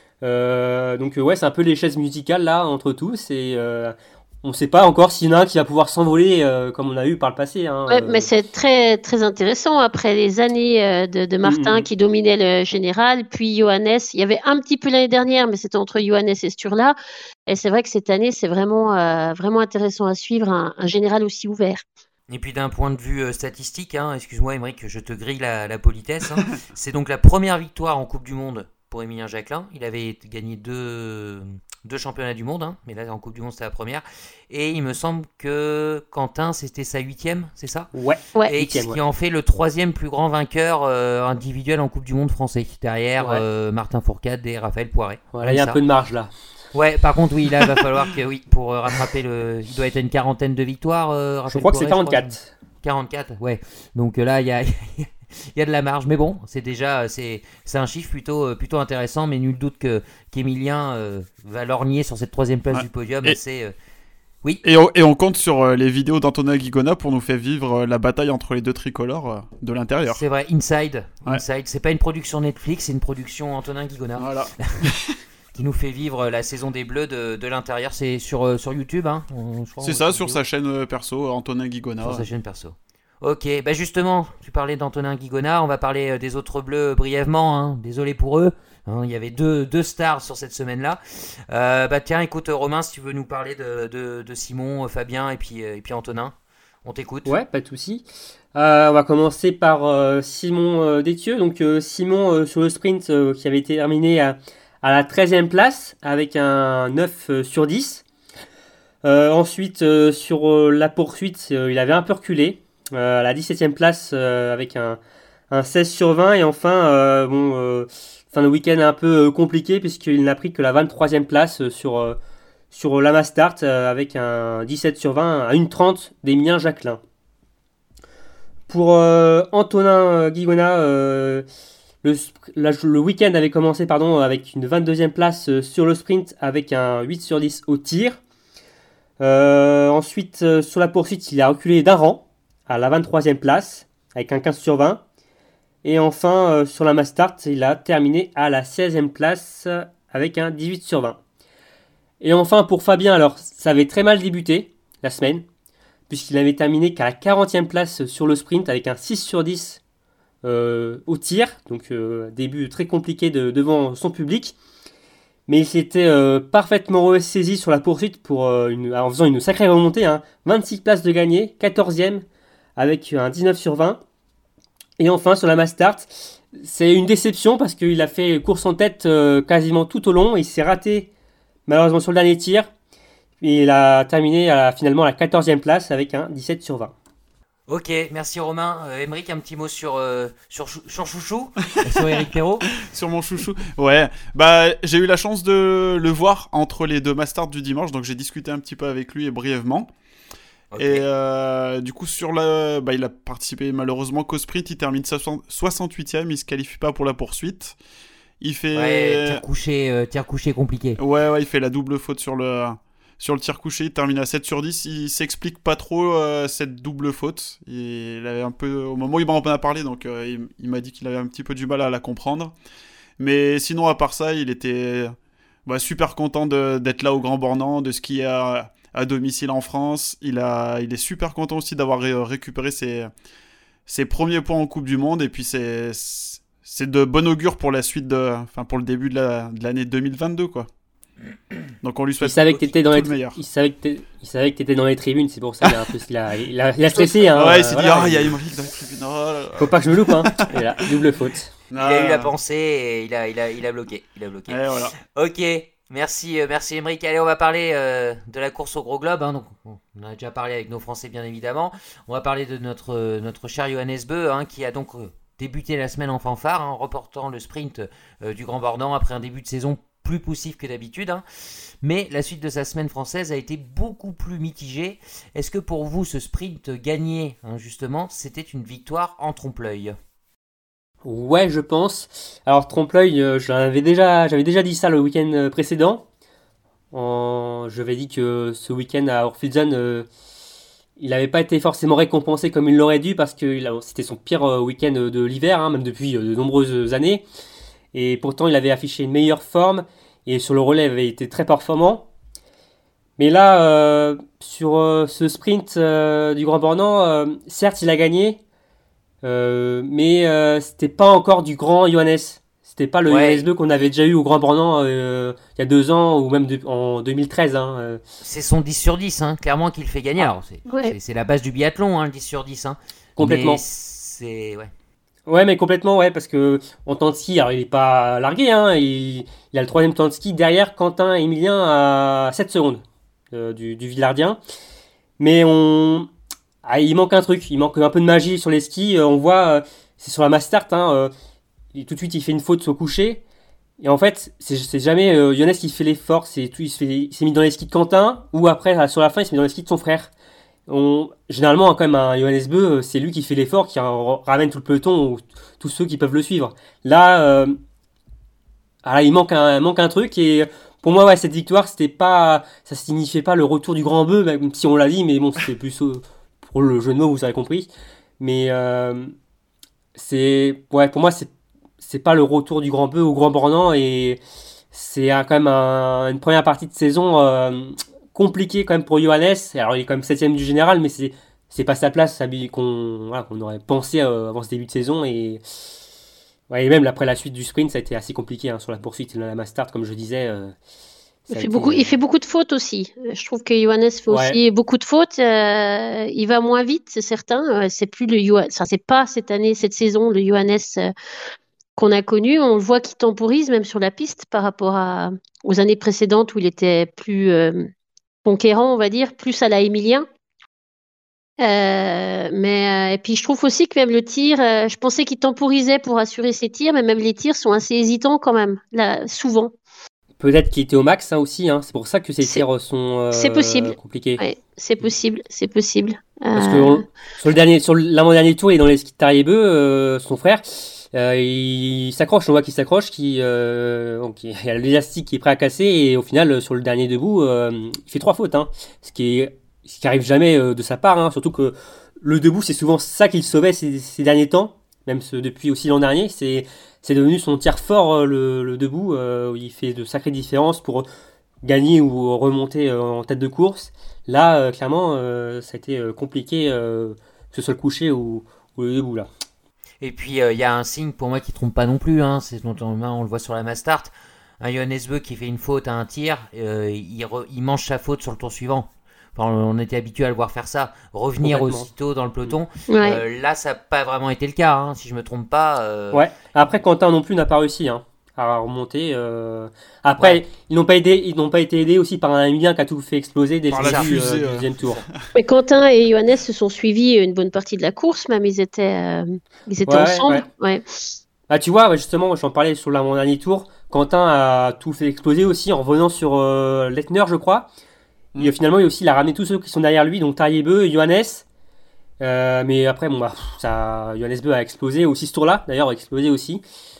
Euh, donc euh, ouais, c'est un peu les chaises musicales là entre tous, et euh, on ne sait pas encore s'il y en a un qui va pouvoir s'envoler euh, comme on a eu par le passé. Hein, Ouais, euh. mais c'est très, très intéressant. Après les années euh, de, de Martin Mhm. qui dominait le général, puis Johannes, il y avait un petit peu l'année dernière, mais c'était entre Johannes et Sturla. Et c'est vrai que cette année, c'est vraiment, euh, vraiment intéressant à suivre un, un général aussi ouvert. Et puis d'un point de vue euh, statistique, hein, excuse-moi Émeric, je te grille la, la politesse, hein, c'est donc la première victoire en Coupe du Monde pour Émilien Jacquelin. Il avait gagné deux, deux championnats du monde, hein, mais là en Coupe du Monde c'était la première. Et il me semble que Quentin c'était sa huitième, c'est ça ? Ouais, Ouais. Et huitième, qui ouais. en fait le troisième plus grand vainqueur euh, individuel en Coupe du Monde français, derrière Ouais. euh, Martin Fourcade et Raphaël Poiret. Voilà, il y a un Ça. peu de marge là. Ouais, par contre, oui, là, il va falloir que, oui, pour euh, rattraper le. Il doit être à une quarantaine de victoires. Euh, Je Raphaël crois que c'est Poiret, je crois. quarante-quatre. quarante-quatre, ouais. Donc euh, là, il y a, il y a de la marge. Mais bon, c'est déjà. C'est, c'est un chiffre plutôt, euh, plutôt intéressant. Mais nul doute que, qu'Emilien euh, va lorgner sur cette troisième place Ouais. du podium. Et- C'est, euh, oui. Et on, et on compte sur euh, les vidéos d'Antonin Guigona pour nous faire vivre euh, la bataille entre les deux tricolores euh, de l'intérieur. C'est vrai, Inside. Ouais. Inside. C'est pas une production Netflix, c'est une production Antonin Guigona Voilà. qui nous fait vivre la saison des Bleus de, de l'intérieur. C'est sur, euh, sur YouTube, hein. On- je crois, C'est on ça, voit sur vidéo. sa chaîne euh, perso, Antonin Guigona. Sur sa chaîne perso. Ok, bah justement, tu parlais d'Antonin Guigona, on va parler euh, des autres Bleus brièvement, hein. Désolé pour eux, hein, il y avait deux, deux stars sur cette semaine-là. Euh, bah tiens, écoute euh, Romain, si tu veux nous parler de, de, de Simon, euh, Fabien et puis, euh, et puis Antonin, on t'écoute. Ouais, pas de souci. Euh, on va commencer par euh, Simon euh, Détieux. Donc euh, Simon euh, sur le sprint euh, qui avait été terminé à, à la treizième place avec un neuf euh, sur dix. Euh, ensuite, euh, sur euh, la poursuite, euh, il avait un peu reculé euh, à la dix-septième place euh, avec un, un seize sur vingt. Et enfin, euh, bon, euh, fin de week-end un peu euh, compliqué puisqu'il n'a pris que la vingt-troisième place euh, sur, euh, sur la Mastart euh, avec un dix-sept sur vingt à une trente d'Emilien Jacquelin. Pour euh, Antonin euh, Guigona, euh, le, sp- la- le week-end avait commencé pardon, avec une vingt-deuxième place euh, sur le sprint avec un huit sur dix au tir. Euh, ensuite, euh, sur la poursuite, il a reculé d'un rang à la vingt-troisième place avec un quinze sur vingt. Et enfin, euh, sur la Mastart, il a terminé à la seizième place euh, avec un dix-huit sur vingt. Et enfin, pour Fabien, alors ça avait très mal débuté la semaine, puisqu'il avait terminé qu'à la quarantième place sur le sprint avec un six sur dix euh, au tir, donc euh, début très compliqué de, devant son public. Mais il s'était euh, parfaitement ressaisi sur la poursuite pour, euh, une, en faisant une sacrée remontée, hein, vingt-six places de gagné, quatorzième avec un dix-neuf sur vingt. Et enfin sur la Mastart, c'est une déception parce qu'il a fait course en tête euh, quasiment tout au long, il s'est raté malheureusement sur le dernier tir. Et il a terminé à la, finalement à la quatorzième place avec un dix-sept sur vingt. Ok, merci Romain. Euh, Émeric, un petit mot sur, euh, sur, Chou- sur Chouchou, sur Éric Perrault. Sur mon chouchou. Ouais, bah j'ai eu la chance de le voir entre les deux Mastart du dimanche, donc j'ai discuté un petit peu avec lui et brièvement. Ok. Et euh, du coup, sur la, bah, il a participé malheureusement qu'au sprint, il termine soixante-huitième, il se qualifie pas pour la poursuite. Il fait. Ouais, tir couché, euh, tir couché compliqué. Ouais, ouais, il fait la double faute sur le, sur le tir couché, il termine à sept sur dix. Il s'explique pas trop euh, cette double faute. Il avait un peu, au moment où il m'en a parlé, donc euh, il, il m'a dit qu'il avait un petit peu du mal à la comprendre. Mais sinon, à part ça, il était bah, super content de, d'être là au Grand Bornand, de skier à, à domicile en France. Il, a, il est super content aussi d'avoir ré- récupéré ses, ses premiers points en Coupe du Monde. Et puis, c'est, c'est de bon augure pour la suite, de, enfin pour le début de, la, de l'année deux mille vingt-deux, quoi. Donc on lui Il souhaite savait que t'étais dans tout les, le meilleur. il savait que t'é- il savait que t'étais dans les tribunes, c'est pour ça qu'il a un peu, il a, il a, il a stressé. Hein, Ouais, il s'est dit, voilà. ah, il y a Émeric dans les tribunes. Oh là là. Faut pas que je me loupe, hein. Et là, double faute. Il a eu la pensée et il a, il a, il a bloqué. Il a bloqué. Et voilà. Ok, merci, euh, merci Émeric. Allez, on va parler euh, de la course au gros globe. Hein. Donc, on en a déjà parlé avec nos Français, bien évidemment. On va parler de notre, euh, notre cher Johannes Beu, hein, qui a donc euh, débuté la semaine en fanfare, hein, en reportant le sprint euh, du Grand Bornand après un début de saison plus poussif que d'habitude. Hein. Mais la suite de sa semaine française a été beaucoup plus mitigée. Est-ce que pour vous, ce sprint gagné, hein, justement, c'était une victoire en trompe-l'œil ? Ouais, je pense. Alors, trompe-l'œil, euh, j'avais déjà, j'avais déjà dit ça le week-end euh, précédent. En... Je vais dit que ce week-end à Orfilsen, euh, il n'avait pas été forcément récompensé comme il l'aurait dû parce que il a- c'était son pire euh, week-end de l'hiver, hein, même depuis euh, de nombreuses années. Et pourtant, il avait affiché une meilleure forme et sur le relais, il avait été très performant. Mais là, euh, sur euh, ce sprint euh, du Grand Bornand, euh, certes, il a gagné. Euh, mais euh, c'était pas encore du grand Johannes. C'était pas le Ouais. Johannes Beu qu'on avait déjà eu au Grand Bornand euh, il y a deux ans ou même de- en deux mille treize. Hein, euh. C'est son dix sur dix, hein, clairement, qu'il fait gagner. Alors, c'est, Ouais. c'est, c'est la base du biathlon, hein, le dix sur dix. Hein. Complètement. Mais c'est. Ouais. Ouais, mais complètement, ouais, parce que en temps de ski, alors il est pas largué, hein, il, il a le troisième temps de ski derrière Quentin Emilien à sept secondes euh, du, du Villardien. Mais on, ah, il manque un truc, il manque un peu de magie sur les skis. Euh, on voit, euh, c'est sur la mass start, hein, euh, il- tout de suite il fait une faute au coucher. Et en fait, c'est, c'est jamais euh, Johannes qui fait l'effort, c'est tout, il, se fait- il s'est mis dans les skis de Quentin, ou après, à- sur la fin, il s'est mis dans les skis de son frère. On, généralement, quand même, un Johannes Beu, euh, c'est lui qui fait l'effort, qui ra- ramène tout le peloton, ou tous ceux qui peuvent le suivre. Là, euh, ah, il manque un, manque un truc, et pour moi, ouais, cette victoire, c'était pas, ça signifiait pas le retour du grand bœuf, même si on l'a dit, mais bon, c'était plus euh, pour le jeu de mots, vous avez compris. Mais euh, c'est, ouais, pour moi, c'est, c'est pas le retour du grand bœuf au Grand Bornand, et c'est un- quand même un- une première partie de saison euh, compliquée quand même pour Johannes. Alors, il est quand même septième du général, mais c'est, c'est pas sa place ça, qu'on, voilà, qu'on aurait pensé euh, avant ce début de saison, et ouais, et même après la suite du sprint, ça a été assez compliqué hein, sur la poursuite, la mass start, comme je disais. euh, ça Il a fait, été, beaucoup, euh, il fait beaucoup de fautes aussi. Euh, Je trouve que Johannes fait Ouais. aussi beaucoup de fautes. Euh, il va moins vite, c'est certain. Euh, c'est plus le Johannes, enfin, c'est pas cette année, cette saison, le Johannes euh, qu'on a connu. On le voit qu'il temporise même sur la piste par rapport à, aux années précédentes où il était plus euh, conquérant, on va dire, plus à la Émilien. Euh, mais euh, et puis je trouve aussi que même le tir, euh, je pensais qu'il temporisait pour assurer ses tirs, mais même les tirs sont assez hésitants quand même, là, souvent. Peut-être qu'il était au max hein, aussi, hein. C'est pour ça que ces C'est- tirs sont euh, c'est possible. compliqués. Ouais, c'est possible, c'est possible. Parce que Euh, on- sur le dernier, sur l'avant-dernier tour, il est dans les skis de Tariebeu, euh, son frère. Euh, il s'accroche, on voit qu'il s'accroche, qu'il, euh, donc, il y a l'élastique qui est prêt à casser, et au final, sur le dernier debout, euh, il fait trois fautes, hein, ce qui est, ce qui arrive jamais euh, de sa part, hein, surtout que le debout, c'est souvent ça qu'il sauvait ces, ces derniers temps, même ce- depuis aussi l'an dernier, c'est, c'est devenu son tiers fort, euh, le, le debout, euh, où il fait de sacrées différences pour gagner ou remonter euh, en tête de course. Là, euh, clairement, euh, ça a été euh, compliqué, euh, que ce soit le coucher ou, ou le debout, là. Et puis, il euh, y a un signe pour moi qui trompe pas non plus. Hein, c'est dont on, on le voit sur la mass start. Un Johannes Beu qui fait une faute à un tir, euh, il, re, il mange sa faute sur le tour suivant. Enfin, on était habitué à le voir faire ça, revenir aussitôt dans le peloton. ouais. Euh, là, ça n'a pas vraiment été le cas, hein, si je me trompe pas. Euh... Ouais. Après, Quentin non plus n'a pas réussi hein, à remonter. Euh... Après, Ouais. ils n'ont pas aidé, ils n'ont pas été aidés aussi par un Emilien qui a tout fait exploser dès Par le la début fusée, euh, du ouais. deuxième tour. Mais Quentin et Johannes se sont suivis une bonne partie de la course, même ils étaient, euh, ils étaient Ouais, ensemble. Ouais. Ah, tu vois, ouais, justement, j'en parlais sur l'avant-dernier tour. Quentin a tout fait exploser aussi en revenant sur euh, Lettner, je crois. Mm. Et euh, finalement, il, aussi, il a ramené tous ceux qui sont derrière lui, donc Tariebeu et Johannes. Euh, mais après, bon, bah, pff, ça, Johannes Beu a explosé aussi ce tour-là, d'ailleurs, a explosé aussi.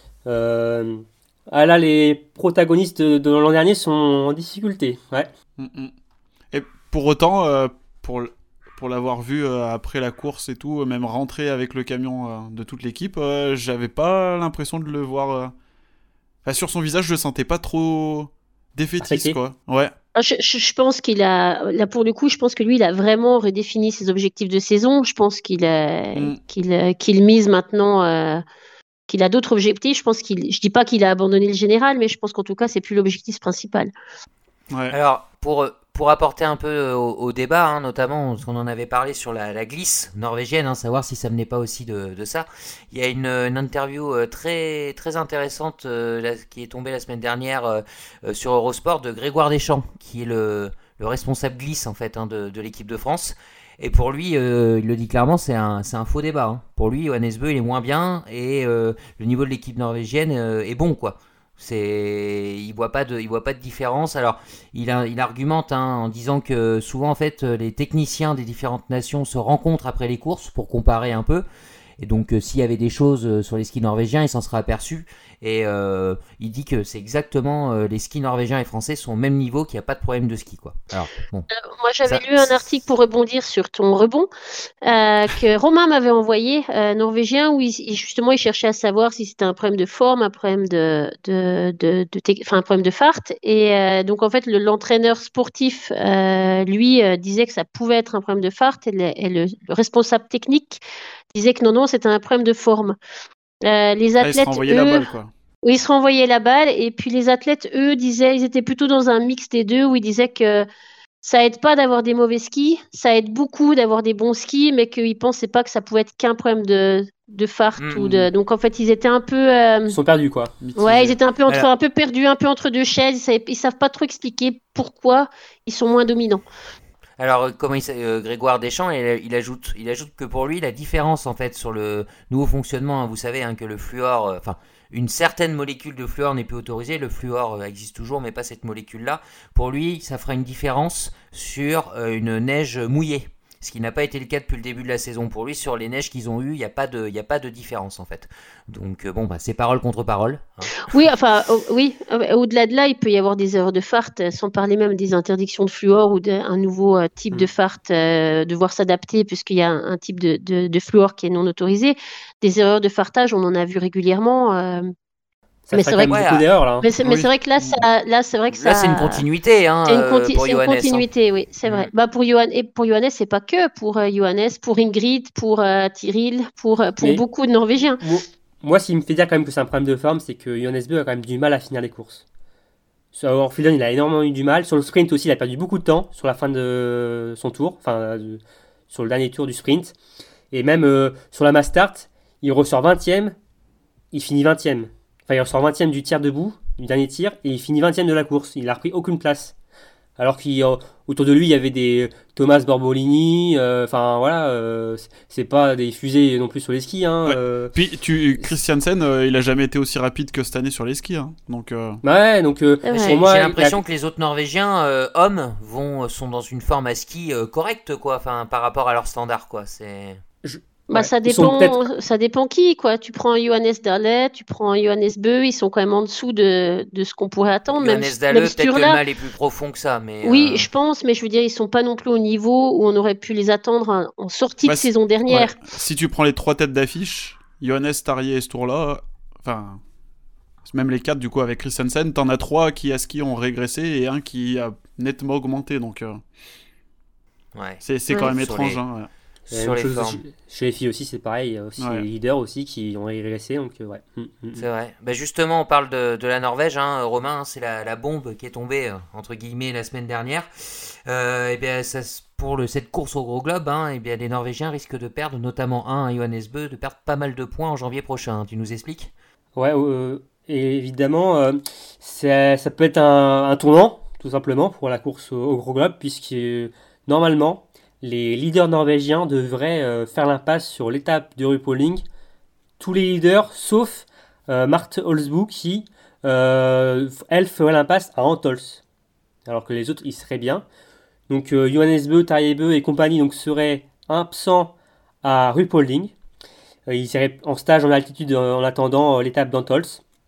Euh, ah là, les protagonistes de, de l'an dernier sont en difficulté. Ouais. Mm, mm. Et pour autant, euh, pour, l- pour l'avoir vu euh, après la course et tout, euh, même rentrer avec le camion euh, de toute l'équipe, euh, j'avais pas l'impression de le voir. euh, Enfin, sur son visage, je le sentais pas trop défaitiste, Affecté. quoi. Ouais. Ah, Je, je- je pense qu'il a, là pour le coup, je pense que lui, il a vraiment redéfini ses objectifs de saison. Je pense qu'il a, Mm. qu'il, euh, qu'il mise maintenant, euh, qu'il a d'autres objectifs. Je pense qu'il, je dis pas qu'il a abandonné le général, mais je pense qu'en tout cas, c'est plus l'objectif principal. Ouais. Alors, pour, pour apporter un peu au, au débat, hein, notamment, parce qu'on en avait parlé sur la, la glisse norvégienne, hein, savoir si ça venait pas aussi de, de ça. Il y a une, une interview euh, très, très intéressante euh, là, qui est tombée la semaine dernière euh, euh, sur Eurosport de Grégoire Deschamps, qui est le, le responsable glisse en fait, hein, de, de l'équipe de France. Et pour lui, euh, il le dit clairement, c'est un, c'est un faux débat. Hein. Pour lui, Johannes Beu, il est moins bien et euh, le niveau de l'équipe norvégienne euh, est bon, quoi. C'est, il voit pas de, il voit pas de différence. Alors, il, a, il argumente hein, en disant que souvent, en fait, les techniciens des différentes nations se rencontrent après les courses pour comparer un peu. Et donc, euh, s'il y avait des choses euh, sur les skis norvégiens, il s'en serait aperçu. Et euh, il dit que c'est exactement euh, les skis norvégiens et français sont au même niveau, qu'il n'y a pas de problème de ski, quoi. Alors, bon. Moi, j'avais Ça- lu un article pour rebondir sur ton rebond euh, que Romain m'avait envoyé, euh, norvégien, où il, il- justement il cherchait à savoir si c'était un problème de forme, un problème de, de, de, de tec- enfin un problème de fart. Et euh, donc en fait, le- l'entraîneur sportif, euh, lui, euh, disait que ça pouvait être un problème de fart, et le, et le- le responsable technique disait que non, non, c'était un problème de forme. Euh, les Ah, il se athlètes, renvoyait la eux, balle, quoi. où ils se renvoyaient la balle. Et puis les athlètes, eux, disaient, ils étaient plutôt dans un mix des deux, où ils disaient que ça aide pas d'avoir des mauvais skis, ça aide beaucoup d'avoir des bons skis, mais qu'ils pensaient pas que ça pouvait être qu'un problème de, de fart. Mmh. Ou de... Donc en fait, ils étaient un peu... euh, Ils sont perdus, quoi. Ouais, ils étaient un peu, entre, Alors- un peu perdus, un peu entre deux chaises. Ils savent, ils savent pas trop expliquer pourquoi ils sont moins dominants. Alors, euh, comment il, s- euh, Grégoire Deschamps, il, il ajoute, il ajoute que pour lui, la différence en fait sur le nouveau fonctionnement, hein, vous savez hein, que le fluor, euh, enfin, une certaine molécule de fluor n'est plus autorisée. Le fluor euh, existe toujours, mais pas cette molécule-là. Pour lui, ça fera une différence sur euh, une neige mouillée. Ce qui n'a pas été le cas depuis le début de la saison pour lui. Sur les neiges qu'ils ont eues, il n'y a pas de, il y a pas de différence en fait. Donc, euh, bon, bah, c'est parole contre parole. hein. Oui, enfin, au- oui. euh, Au-delà de là, il peut y avoir des erreurs de fart, euh, sans parler même des interdictions de fluor ou d'un nouveau euh, type Mm. de fart, euh, devoir s'adapter puisqu'il y a un, un type de, de, de fluor qui est non autorisé. Des erreurs de fartage, on en a vu régulièrement. euh, Ça Mais fait c'est quand vrai même que- beaucoup Ouais, d'erreurs, là. hein. Mais c'est mais Oui. c'est vrai que là, ça, là, c'est vrai que ça. Là, c'est une continuité hein, C'est une, euh, conti- pour c'est une Johannes. hein. continuité, oui, c'est vrai. Mm. Bah pour Johan et pour Johannes, c'est pas que pour euh, Johannes, pour Ingrid, pour euh, Tyril, pour euh, pour Mais- beaucoup de Norvégiens. Moi, moi, ce qui me fait dire quand même que c'est un problème de forme, c'est que Johannes Bö a quand même du mal à finir les courses. Sur Orfilden, il a énormément eu du mal. Sur le sprint aussi, il a perdu beaucoup de temps sur la fin de son tour, enfin, euh, sur le dernier tour du sprint. Et même euh, sur la mass start, il ressort vingtième, il finit vingtième. Enfin, il ressort vingtième du tir debout, du dernier tir, et il finit vingtième de la course. Il n'a repris aucune place. Alors qu'autour de lui, il y avait des Thomas Borbolini, euh, enfin voilà, euh, c'est- c'est pas des fusées non plus sur les skis. Hein, Ouais. euh. Puis tu, Christiansen, euh, il a jamais été aussi rapide que cette année sur les skis. Hein. Donc, euh, Ouais, donc euh, C'est vrai. J'ai pour moi, j'ai il a- l'impression que les autres Norvégiens euh, hommes vont sont dans une forme à ski euh, correcte quoi, enfin par rapport à leur standard quoi. C'est Bah ouais, ça ils sont dépend, peut-être- ça dépend qui quoi. Tu prends Johannes Dahle, tu prends Johannes Bö, ils sont quand même en dessous de, de ce qu'on pourrait attendre. Même, Johannes Dahle, même peut-être que le Sturla, mal est plus profond que ça, mais oui, euh, je pense, mais je veux dire, ils sont pas non plus au niveau où on aurait pu les attendre en, en sortie Bah, de c'est- saison dernière. ouais. Si tu prends les trois têtes d'affiche, Johannes, Tarrier et Sturla, enfin, même les quatre du coup avec Christiansen, t'en as trois qui à ski ont régressé et un qui a nettement augmenté. Donc, euh, ouais. c'est c'est Ouais. quand même Sur étrange. les- Hein, ouais. la Sur même les chose formes. chez- Chez les filles aussi, c'est pareil. Il y a aussi Ouais. les leaders aussi qui ont régressé. Donc, euh, ouais. Mm, mm, mm. C'est vrai. Bah justement, on parle de, de la Norvège, hein, Romain, hein, c'est la, la bombe qui est tombée, euh, entre guillemets, la semaine dernière. Euh, et bien, ça, s- pour le, cette course au gros globe, hein, et bien, les Norvégiens risquent de perdre, notamment un, Johannes Bö, de perdre pas mal de points en janvier prochain. Tu nous expliques ? Ouais, euh, et évidemment, euh, ça, ça peut être un, un tournant, tout simplement, pour la course au, au gros globe, puisque euh, normalement, les leaders norvégiens devraient euh, faire l'impasse sur l'étape de RuPaulling. Tous les leaders, sauf euh, Marte Holzboe, qui, euh, elle, ferait l'impasse à Antols, alors que les autres, ils seraient bien. Donc, euh, Johannes Bö, Tarjei Bö et compagnie donc, seraient absents à RuPaulling. Euh, Ils seraient en stage en altitude en, en attendant euh, l'étape d'Antols.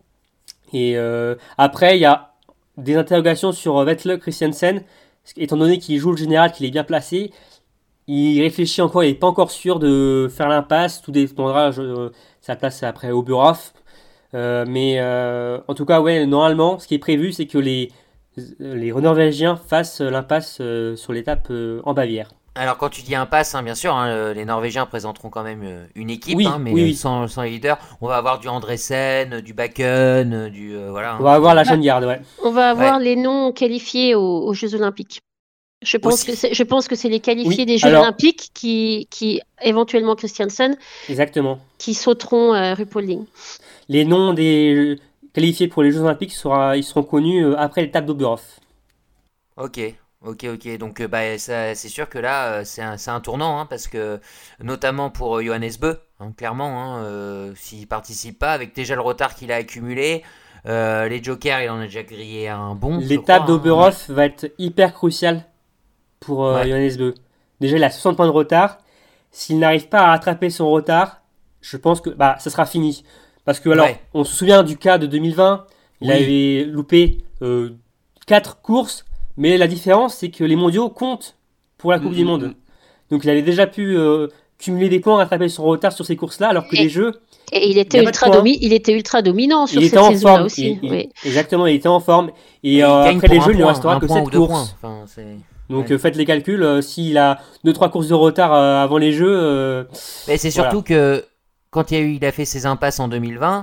Et euh, après, il y a des interrogations sur euh, Vetle Christiansen, parce que, étant donné qu'il joue le général, qu'il est bien placé. Il réfléchit encore, il n'est pas encore sûr de faire l'impasse, tout dépendra de sa place après Oberhof. Euh, mais euh, en tout cas, ouais, normalement, ce qui est prévu, c'est que les, les Norvégiens fassent l'impasse euh, sur l'étape euh, en Bavière. Alors, quand tu dis impasse, hein, bien sûr, hein, euh, les Norvégiens présenteront quand même euh, une équipe, Oui, hein, mais oui, euh, oui. Sans, sans les leaders, on va avoir du Andresen, du Bakken, euh, du. euh, voilà. hein. On va avoir la jeune garde, ouais. On va avoir les noms qualifiés aux, aux Jeux Olympiques. Je pense Aussi. que c'est, je pense que c'est les qualifiés Oui, des Jeux alors- Olympiques qui, qui éventuellement Christiansen, Exactement. qui sauteront euh, RuPaulling. Les noms des qualifiés pour les Jeux Olympiques sera, ils seront connus euh, après l'étape d'Oberhof. Ok, ok, ok. Donc, euh, bah, ça, c'est sûr que là, euh, c'est un, c'est un tournant, hein, parce que, notamment pour euh, Johannes Bö, hein, clairement, hein, euh, s'il participe pas, avec déjà le retard qu'il a accumulé, euh, les jokers, il en a déjà grillé un bon. je L'étape crois, hein. d'Oberhof va être hyper cruciale pour euh, Ouais. Johannes Bö. Déjà, il a soixante points de retard. S'il n'arrive pas à rattraper son retard, je pense que bah, ça sera fini. Parce que, alors, Ouais. on se souvient du cas de deux mille vingt, il Oui. avait loupé euh, quatre courses, mais la différence, c'est que les mondiaux comptent pour la Coupe Mm, du mm, Monde. mm. Donc, il avait déjà pu euh, cumuler des points, rattraper son retard sur ces courses-là, alors que Et- les Jeux, Et il Il y était, a pas de ultra, points. domi- il était ultra dominant sur il cette était en saison-là forme. aussi. Il- il- oui. Exactement, il était en forme. Et Il euh, gagne après les pour un Jeux, il ne point, restera un que point sept ou deux courses. points. Enfin, c'est- Donc Ouais. euh, faites les calculs, euh, s'il a deux trois courses de retard euh, avant les Jeux, euh, Mais c'est surtout que quand il, y a eu, il a fait ses impasses en deux mille vingt,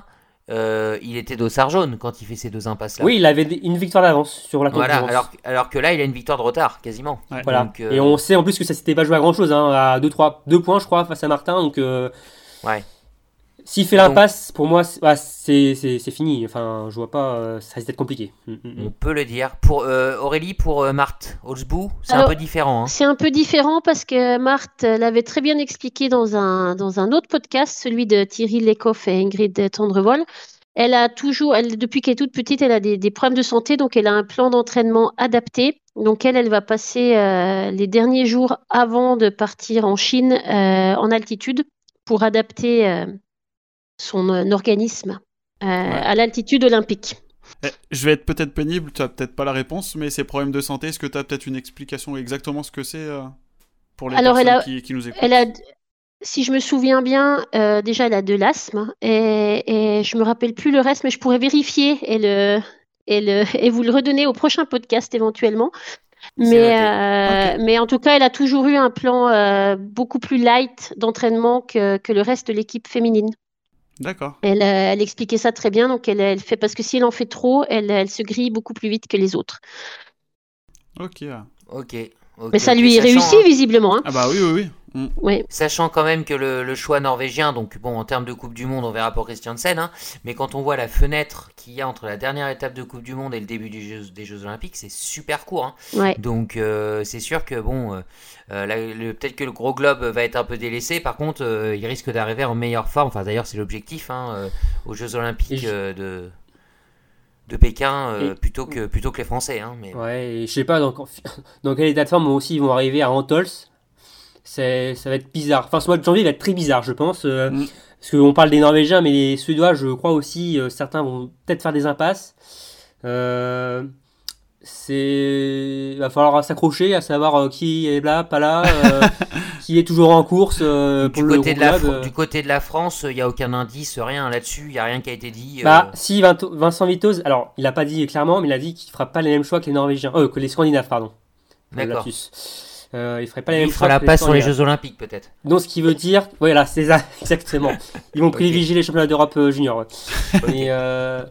euh, il était dossard jaune quand il fait ces deux impasses-là. Oui, il avait une victoire d'avance sur la concurrence. Voilà, alors, alors que là, il a une victoire de retard, quasiment. Ouais. Voilà. Donc, euh, Et on sait en plus que ça s'était pas joué à grand chose, hein, à deux trois deux points, je crois, face à Martin. Donc, euh, ouais. s'il fait l'impasse, pour moi, c'est, bah, c'est, c'est, c'est fini. Enfin, je vois pas, euh, ça risque d'être compliqué. Mm, mm, On mm. peut le dire. Pour euh, Aurélie, pour euh, Marthe Holzbou, c'est Alors, un peu différent. Hein. C'est un peu différent parce que Marthe l'avait très bien expliqué dans un, dans un autre podcast, celui de Thierry Lecoff et Ingrid Tendrevol. Elle a toujours, elle, depuis qu'elle est toute petite, elle a des, des problèmes de santé, donc elle a un plan d'entraînement adapté. Donc elle, elle va passer euh, les derniers jours avant de partir en Chine euh, en altitude pour adapter euh, son euh, organisme euh, à l'altitude olympique. Eh, je vais être peut-être pénible, tu n'as peut-être pas la réponse, mais ces problèmes de santé, est-ce que tu as peut-être une explication exactement ce que c'est euh, pour les Alors, elle personnes a- qui, qui nous écoutent? Elle a, si je me souviens bien, euh, déjà elle a de l'asthme et, et je me rappelle plus le reste, mais je pourrais vérifier et le et le et vous le redonner au prochain podcast éventuellement. Mais euh, mais en tout cas, elle a toujours eu un plan euh, beaucoup plus light d'entraînement que que le reste de l'équipe féminine. D'accord. Elle euh, elle expliquait ça très bien, donc elle elle fait parce que si elle en fait trop, elle elle se grille beaucoup plus vite que les autres. Ok. Ok. ok, Mais ça ok, lui sachant, réussit hein, visiblement, hein. Ah bah oui, oui, oui. Mm. Oui. Sachant quand même que le, le choix norvégien, donc bon, en termes de Coupe du Monde, on verra pour Christiansen, hein, mais quand on voit la fenêtre qu'il y a entre la dernière étape de Coupe du Monde et le début du jeu, des Jeux Olympiques, c'est super court. Hein. Ouais. Donc euh, c'est sûr que bon, euh, euh, là, le- peut-être que le gros globe va être un peu délaissé. Par contre, euh, il risque d'arriver en meilleure forme. Enfin, d'ailleurs, c'est l'objectif hein, euh, aux Jeux Et Olympiques je- euh, de de Pékin euh, Et- plutôt que plutôt que les Français. Hein, mais Ouais, et je sais pas dans, dans quelle état de forme aussi ils vont arriver à Antols. C'est, ça va être bizarre. Enfin, ce mois de janvier va être très bizarre, je pense. euh, Mm. Parce qu'on parle des Norvégiens, mais les Suédois, je crois aussi, euh, certains vont peut-être faire des impasses. Euh, c'est, il va falloir s'accrocher à savoir euh, qui est là, pas là, euh, qui est toujours en course euh, pour du le côté de gros la globe, Fr- euh. du côté de la France, il y a aucun indice, rien là-dessus. Il y a rien qui a été dit. euh, Bah, si Vinto- Vincent Vitoz, alors il a pas dit clairement, mais il a dit qu'il fera pas les mêmes choix que les Norvégiens, euh, que les Scandinaves, pardon. Euh, D'accord. lapsus. Euh, il ferait pas les Il mêmes fera choix la que les passe sur les Scandinaves. Jeux Olympiques peut-être. Donc, ce qui veut dire, voilà, c'est ça, exactement. Ils vont privilégier les championnats d'Europe euh, junior. Ouais. Mais euh,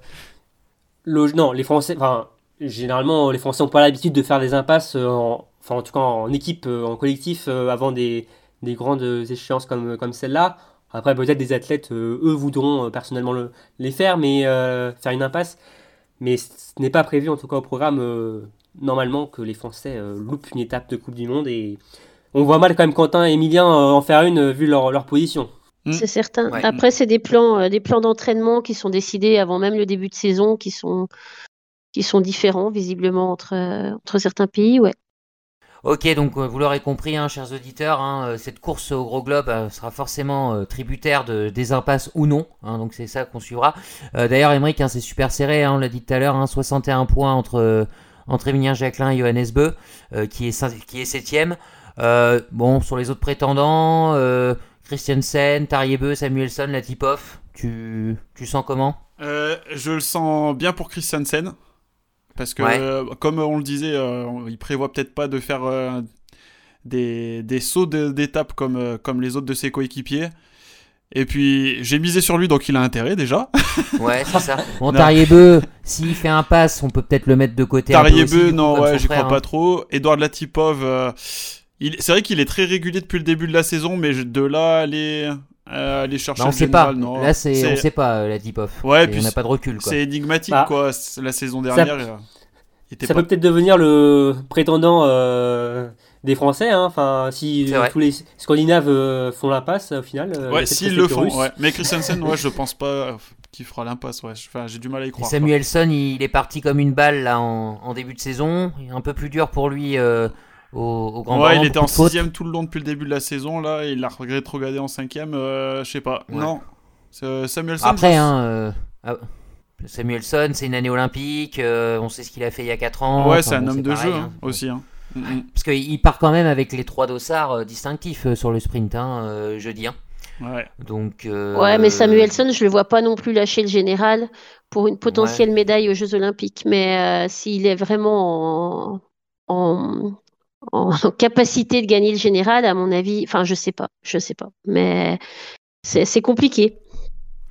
le- non, les Français, enfin, généralement, les Français n'ont pas l'habitude de faire des impasses, euh, en, enfin, en tout cas en équipe, euh, en collectif, euh, avant des, des grandes échéances comme, comme celle-là. Après, peut-être des athlètes, euh, eux, voudront euh, personnellement le- les faire, mais euh, faire une impasse. Mais ce n'est pas prévu, en tout cas au programme, euh, normalement, que les Français euh, loupent une étape de Coupe du Monde. Et on voit mal quand même Quentin et Emilien euh, en faire une, euh, vu leur, leur position. Mm. C'est certain. Ouais. Après, c'est des plans, euh, des plans d'entraînement qui sont décidés avant même le début de saison, qui sont, qui sont différents visiblement entre, euh, entre certains pays. Ouais. Ok, donc euh, vous l'aurez compris, hein, chers auditeurs, hein, euh, cette course au gros globe euh, sera forcément euh, tributaire de, des impasses ou non. Hein, donc c'est ça qu'on suivra. Euh, D'ailleurs, Emmerich, hein, c'est super serré, hein, on l'a dit tout à l'heure, hein, soixante et un points entre, euh, entre Emilien Jacquelin et Johannes Beu, euh, qui est cin- qui est septième. Euh, bon, sur les autres prétendants, euh, Christiansen, Tarjei, Samuelsson, Latipov, tu, tu sens comment? Euh, je le sens bien pour Christiansen. Parce que, Ouais. euh, comme on le disait, euh, il prévoit peut-être pas de faire euh, des, des sauts de- d'étapes comme, euh, comme les autres de ses coéquipiers. Et puis, j'ai misé sur lui, donc il a intérêt déjà. Ouais, c'est ça. Bon, Non. Tarjei, s'il fait un pass, on peut peut-être le mettre de côté un peu aussi, Tarjei, du coup, non, comme ouais, son j'y frère, crois hein. pas trop. Edouard Latipov, euh, il- c'est vrai qu'il est très régulier depuis le début de la saison, mais je- de là, aller, euh, aller chercher Bah, on le sait pas. général, non. Là, c'est, C'est- on sait pas, euh, Latipov. Ouais, Et puis on n'a c'est- pas de recul, quoi. C'est énigmatique, Bah, quoi. C'est- La saison dernière, euh, il était Ça pas... peut peut-être devenir le prétendant euh, des Français. Hein. Enfin, si C'est euh, vrai. tous les Scandinaves euh, font l'impasse, au final. euh, il y a Ouais, peut-être s'ils quelques le font, Russes. ouais. Mais Christensen, ouais, je pense pas qu'il fera l'impasse, ouais. Enfin, j'ai du mal à y Et croire. Samuelsson, il est parti comme une balle là en, en début de saison. Un peu plus dur pour lui euh, au, au Grand quoi. Ouais, Baron, il était en beaucoup de fautes. sixième tout le long depuis le début de la saison, là, et il a rétrogradé en cinquième, euh, je sais pas. Ouais. Non. C'est, euh, Samuelsson, Après, je- hein, euh, ah, Samuelsson, c'est une année olympique. euh, on sait ce qu'il a fait il y a quatre ans. Ouais, Enfin, c'est un bon, homme de pareil, jeu, hein. hein, aussi, hein. Mm, mm. Parce qu'il part quand même avec les trois dossards euh, distinctifs euh, sur le sprint hein, euh, jeudi. Hein. Ouais. Donc, euh, Ouais, mais Samuelsson, je le vois pas non plus lâcher le général pour une potentielle Ouais. médaille aux Jeux Olympiques. Mais euh, s'il est vraiment en, en, en capacité de gagner le général, à mon avis, enfin, je sais pas, je sais pas. Mais c'est c'est compliqué.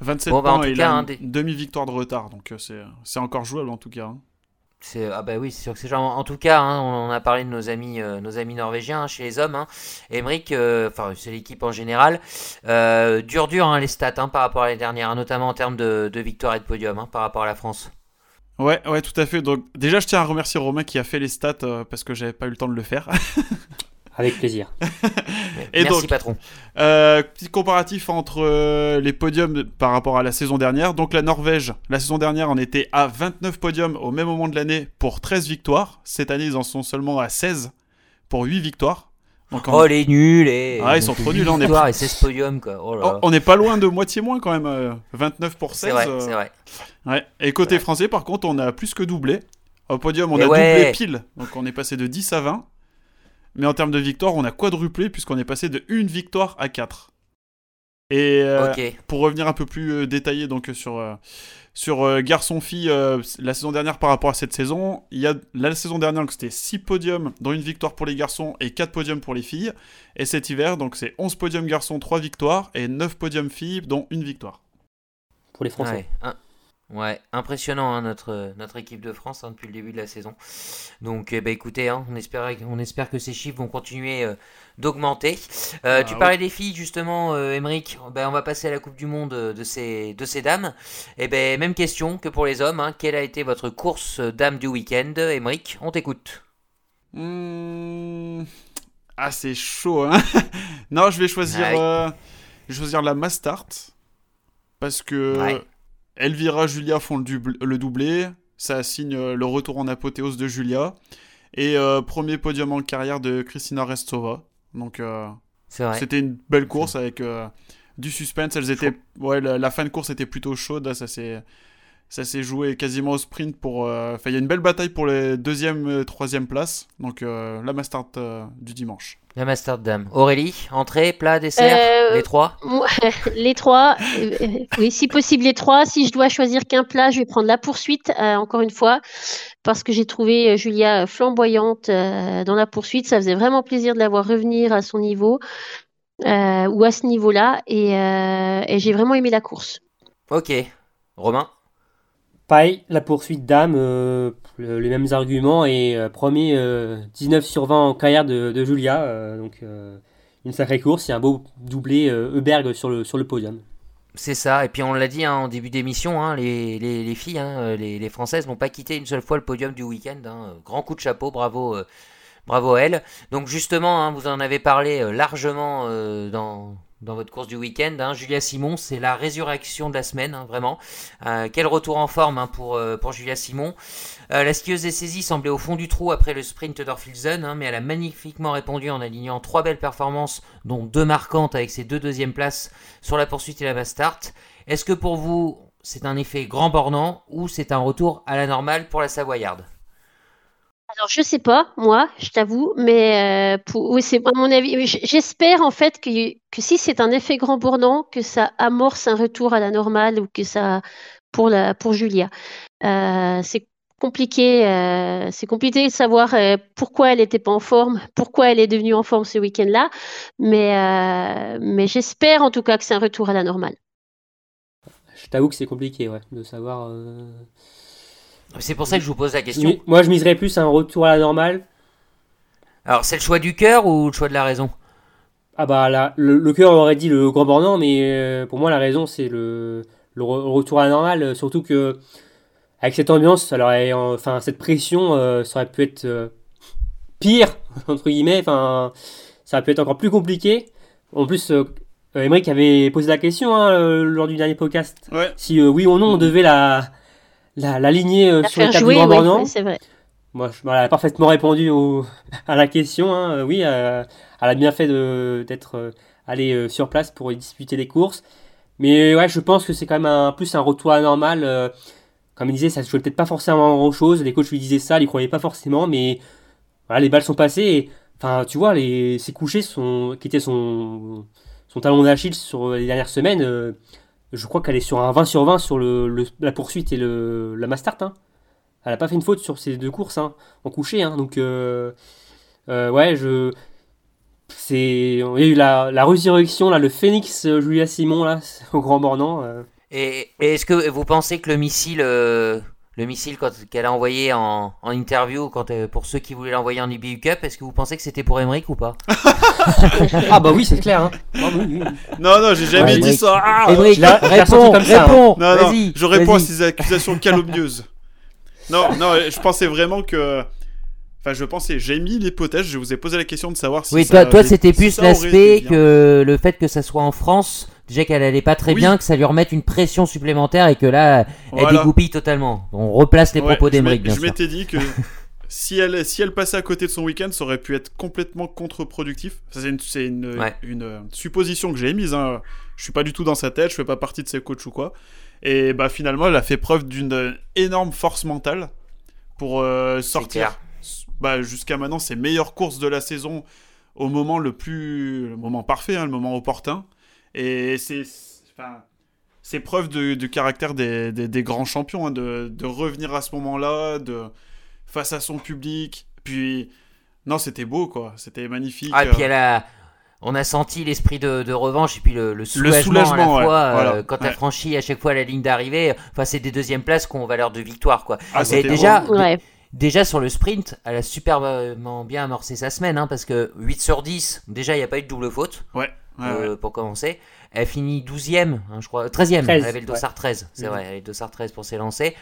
vingt-sept Bon, bah, en points tout et il cas, a hein, une des- demi-victoire de retard, donc euh, c'est, c'est encore jouable en tout cas. hein. C'est, ah bah oui, c'est sûr que c'est genre. En tout cas, hein, on, on a parlé de nos amis, euh, nos amis norvégiens hein, chez les hommes. Hein. Emmerich, euh, enfin c'est l'équipe en général. Euh, dur dur hein, les stats hein, par rapport à l'année dernière, hein, notamment en termes de, de victoire et de podium hein, par rapport à la France. Ouais, ouais, tout à fait. Donc déjà, je tiens à remercier Romain qui a fait les stats euh, parce que j'avais pas eu le temps de le faire. Avec plaisir. Et Merci donc, patron. Euh, petit comparatif entre euh, les podiums par rapport à la saison dernière. Donc la Norvège, la saison dernière, on était à vingt-neuf podiums au même moment de l'année pour treize victoires. Cette année, ils en sont seulement à seize pour huit victoires. Donc, on... Oh les nuls et Ah, ils sont trop nuls, on est victoires pas- et seize podiums quoi. Oh là là. Oh, on n'est pas loin de moitié moins quand même. euh, vingt-neuf pour seize. C'est vrai, euh, c'est vrai. Ouais. Et côté Ouais. français, par contre, on a plus que doublé. Au podium, on Et a ouais. doublé pile. Donc on est passé de dix à vingt. Mais en termes de victoire, on a quadruplé puisqu'on est passé de une victoire à quatre. Et euh, Ok. pour revenir un peu plus euh, détaillé donc sur euh, sur euh, garçon-fille euh, la saison dernière par rapport à cette saison, il y a la saison dernière donc c'était six podiums dont une victoire pour les garçons et quatre podiums pour les filles, et cet hiver donc c'est onze podiums garçons, trois victoires et neuf podiums filles dont une victoire. Pour les Français. Ouais, hein. Ouais, impressionnant hein, notre, notre équipe de France hein, depuis le début de la saison. Donc, eh ben, écoutez, hein, on, espère, on espère que ces chiffres vont continuer euh, d'augmenter. Euh, Ah, tu oui. parlais des filles, justement, euh, Emmerich. Ben, on va passer à la Coupe du Monde euh, de ces, de ces dames. Et ben, même question que pour les hommes. Hein. Quelle a été votre course euh, dame du week-end, Emmerich? On t'écoute. Mmh... Ah, c'est chaud, hein. Non, je vais choisir, Ouais. euh, je vais choisir la Mastart parce que Ouais. Elvira, Julia font le, dubl- le doublé. Ça signe euh, le retour en apothéose de Julia et euh, premier podium en carrière de Kristina Restsova. Donc euh, C'est vrai. c'était une belle course avec euh, du suspense. Elles étaient, ouais, la, la fin de course était plutôt chaude. Là, ça s'est Ça s'est joué quasiment au sprint pour... euh, Enfin, il y a une belle bataille pour les deuxième et troisième places. Donc, euh, la Mastart euh, du dimanche. La Master Dame. Aurélie, entrée, plat, dessert, Euh, les trois. Moi, les trois, euh, euh, oui, si possible les trois. Si je dois choisir qu'un plat, je vais prendre la poursuite, euh, encore une fois, parce que j'ai trouvé euh, Julia flamboyante euh, dans la poursuite. Ça faisait vraiment plaisir de la voir revenir à son niveau, euh, ou à ce niveau-là, et, euh, et j'ai vraiment aimé la course. Ok. Romain. Pareil, la poursuite d'âme, euh, le- les mêmes arguments et euh, premier euh, dix-neuf sur vingt en carrière de, de Julia, euh, donc euh, une sacrée course, c'est un beau doublé euh, Heuberg sur le, sur le podium. C'est ça, et puis on l'a dit hein, en début d'émission, hein, les, les, les filles, hein, les, les Françaises n'ont pas quitté une seule fois le podium du week-end. Hein. Grand coup de chapeau, bravo, euh, bravo à elles. Donc justement, hein, vous en avez parlé euh, largement euh, dans, dans votre course du week-end. Hein. Julia Simon, c'est la résurrection de la semaine, hein, vraiment. Euh, quel retour en forme hein, pour, euh, pour Julia Simon. Euh, la skieuse des saisies semblait au fond du trou après le sprint d'Orfilsen, hein, mais elle a magnifiquement répondu en alignant trois belles performances, dont deux marquantes avec ses deux deuxièmes places sur la poursuite et la Mastart. Est-ce que pour vous, c'est un effet grand bornant ou c'est un retour à la normale pour la Savoyarde? Alors, je sais pas, moi, je t'avoue, mais euh, pour, oui, c'est à mon avis. j- J'espère en fait que, que si c'est un effet grand bornant, que ça amorce un retour à la normale ou que ça pour la pour Julia. Euh, c'est compliqué, euh, c'est compliqué de savoir euh, pourquoi elle n'était pas en forme, pourquoi elle est devenue en forme ce week-end-là, mais euh, mais j'espère en tout cas que c'est un retour à la normale. Je t'avoue que c'est compliqué, ouais, de savoir. euh, C'est pour ça que je vous pose la question. Mi- Moi, je miserais plus un retour à la normale. Alors, c'est le choix du cœur ou le choix de la raison? Ah bah là, le, le cœur aurait dit le grand bornant, mais euh, pour moi la raison c'est le, le re- retour à la normale, euh, surtout que avec cette ambiance, alors et, euh, enfin cette pression, euh, ça aurait pu être euh, pire entre guillemets, enfin ça aurait pu être encore plus compliqué. En plus, euh, euh, Emmerich avait posé la question hein, euh, lors du dernier podcast, Ouais. si euh, oui ou non on devait la la, l'aligner euh, La sur le faire table du jouer, grand oui, bornant. oui, c'est vrai. Moi, je, voilà, elle a parfaitement répondu au- à la question. Hein. Euh, Oui, euh, elle a bien fait de, d'être euh, allée euh, sur place pour y disputer les courses. Mais ouais, je pense que c'est quand même un, plus un retour à la normale. euh, comme il disait, ça ne jouait peut-être pas forcément grand-chose. Les coachs lui disaient ça, ils n'y croyaient pas forcément. Mais voilà, les balles sont passées. Et, enfin, tu vois, les, ses couchés, sont, qui étaient son, son talon d'Achille sur les dernières semaines, euh, je crois qu'elle est sur un vingt sur vingt sur le, le- la poursuite et le, la Mastart. Hein. Elle a pas fait une faute sur ces deux courses hein, en couché. Hein, donc, euh, euh, ouais, je. C'est. Il y a eu la, la résurrection, là, le phénix euh, Julia Simon, là, au Grand Bornand. euh. Et, et est-ce que vous pensez que le missile, euh, le missile quand, qu'elle a envoyé en, en interview, quand, euh, pour ceux qui voulaient l'envoyer en I B U Cup, est-ce que vous pensez que c'était pour Emmerich ou pas? Ah bah oui, c'est clair. Hein. Ah, oui, oui. Non, non, j'ai jamais Ouais, dit Emmerich. ça. Ah Emmerich, je l'ai- je l'ai ressenti réponds, comme ça, hein. réponds, non, non, vas-y, je réponds vas-y. à ces accusations calomnieuses. Non, non, je pensais vraiment que... Enfin, je pensais, j'ai mis l'hypothèse, je vous ai posé la question de savoir si Oui, ça toi, toi avait- c'était si plus ça aurait l'aspect été bien. que le fait que ça soit en France, déjà qu'elle allait pas très Oui. bien, que ça lui remette une pression supplémentaire et que là, elle Voilà. dégoupille totalement. On replace les Ouais, propos je m'ai- d'Emmerich, bien Je sûr. m'étais dit que si elle, si elle passait à côté de son week-end, ça aurait pu être complètement contre-productif. Ça, c'est une, c'est une, Ouais. une, euh, supposition que j'ai émise. Hein. Je suis pas du tout dans sa tête, je fais pas partie de ses coachs ou quoi. Et bah finalement, elle a fait preuve d'une euh, énorme force mentale pour euh, sortir. clair. Bah, jusqu'à maintenant, ses meilleures courses de la saison au moment le plus, le moment parfait, hein, le moment opportun. Et c'est, enfin, c'est preuve de, du caractère des, des, des grands champions, hein, de, de revenir à ce moment-là, de face à son public. Puis non, c'était beau, quoi. C'était magnifique. Ah, et puis elle a, on a senti l'esprit de, de revanche et puis le, le soulagement, soulagement, à la ouais, fois euh, voilà, quand ouais. elle franchit à chaque fois la ligne d'arrivée. Enfin, c'est des deuxièmes places qui ont valeur de victoire, quoi. Ah, et c'était déjà, beau. Ouais. déjà sur le sprint, elle a superbement bien amorcé sa semaine, hein, parce que huit sur dix, déjà il n'y a pas eu de double faute. Ouais, ouais, euh, ouais. pour commencer. Elle finit douzième, hein, je crois, treizième. treize, Elle avait le dossard treize, c'est Mhm. vrai, elle avait le dossard treize pour s'élancer.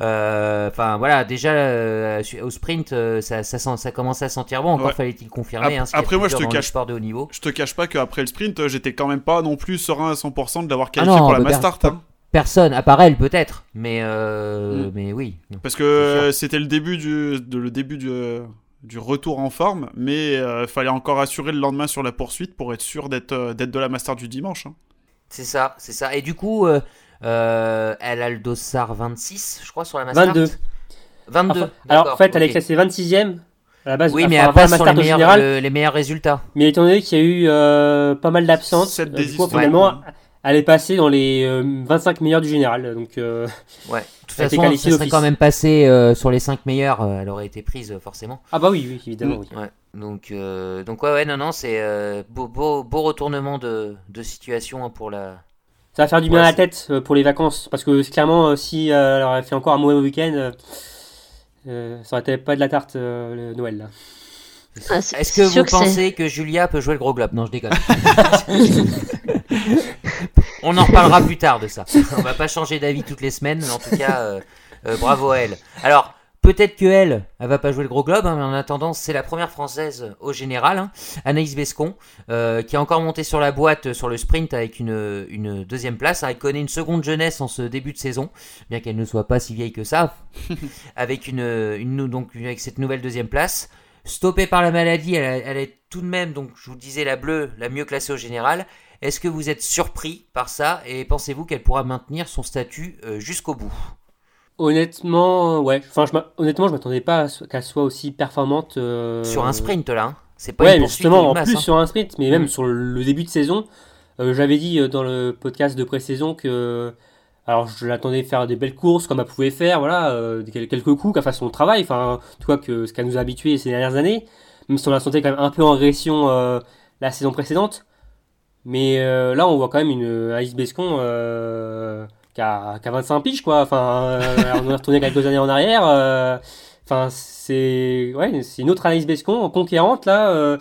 Enfin voilà, déjà euh, au sprint, euh, ça, ça, sent- ça commence à sentir bon. Encore Ouais. fallait-il confirmer. Ap- hein, ce qui est après, moi, plus je te dur dans le cache- sport de haut niveau. Je te cache pas qu'après le sprint, euh, j'étais quand même pas non plus serein à cent pour cent de l'avoir Ah qualifié non, pour la bah, Mastart. per- Hein. Personne, à part elle peut-être, mais euh, Mm. mais oui. Parce que euh, c'était le début du, de, le début du, euh, du retour en forme, mais il euh, fallait encore assurer le lendemain sur la poursuite pour être sûr d'être, euh, d'être de la Mastart du dimanche. Hein. C'est ça, c'est ça. Et du coup, euh, euh, elle a le dossard vingt-six, je crois, sur la Mastart. vingt-deux. vingt-deux. Enfin, alors d'accord, en fait, elle est ok. classée vingt-sixième à la base. Oui, enfin, mais elle avant la passe sur les Mastart au meilleurs, général. le- les meilleurs résultats. Mais étant donné qu'il y a eu euh, pas mal d'absentes, Sept euh, du coup, désistants. finalement, Ouais. elle est passée dans les euh, vingt-cinq meilleurs du général. Donc, euh, Ouais. De toute Elle a été façon, qualifiée ça serait d'office. quand même passé euh, sur les cinq meilleurs. euh, elle aurait été prise euh, forcément. ah bah oui, oui évidemment. Mm. Oui. Ouais. Donc, euh, donc ouais, ouais, non, non, c'est euh, beau, beau, beau retournement de, de situation hein, pour la. Ça va faire du Ouais, bien à la c'est- tête euh, pour les vacances. Parce que clairement, euh, si euh, elle aurait fait encore un mauvais week-end, euh, euh, ça aurait été pas de la tarte euh, le Noël. Là. Ah, c'est- Est-ce c'est que sûr vous c'est- pensez que Julia peut jouer le gros globe? Non, je déconne. On en reparlera plus tard de ça. On va pas changer d'avis toutes les semaines, mais en tout cas, euh, euh, bravo à elle. Alors, peut-être que elle, elle va pas jouer le gros globe, hein, mais en attendant, c'est la première française au général, hein, Anaïs Bescon, euh, qui est encore montée sur la boîte euh, sur le sprint avec une, une deuxième place. Elle connaît une seconde jeunesse en ce début de saison, bien qu'elle ne soit pas si vieille que ça, avec une, une donc avec cette nouvelle deuxième place. Stoppée par la maladie, elle, elle est tout de même, donc je vous disais, la bleue, la mieux classée au général. Est-ce que vous êtes surpris par ça et pensez-vous qu'elle pourra maintenir son statut euh, jusqu'au bout? Honnêtement, ouais. Enfin, je m'a- honnêtement, je m'attendais pas à ce- qu'elle soit aussi performante. euh, Sur un sprint là, hein. C'est pas Ouais, une mais poursuite justement, ou en une masse, plus hein. sur un sprint, mais même Mm. sur le, le début de saison, euh, j'avais dit euh, dans le podcast de pré-saison que, alors je l'attendais faire des belles courses comme elle pouvait faire, voilà, euh, des- quelques coups, qu'elle fasse son travail, enfin, tu vois que ce qu'elle nous a habitués ces dernières années, même si on la sentait quand même un peu en régression euh, la saison précédente, mais euh, là on voit quand même une Anaïs Bescon euh, qui a, qui a vingt-cinq piges, quoi, enfin, euh, on est retourné quelques années en arrière. euh, Enfin, c'est ouais, c'est une autre Anaïs Bescon conquérante là. euh,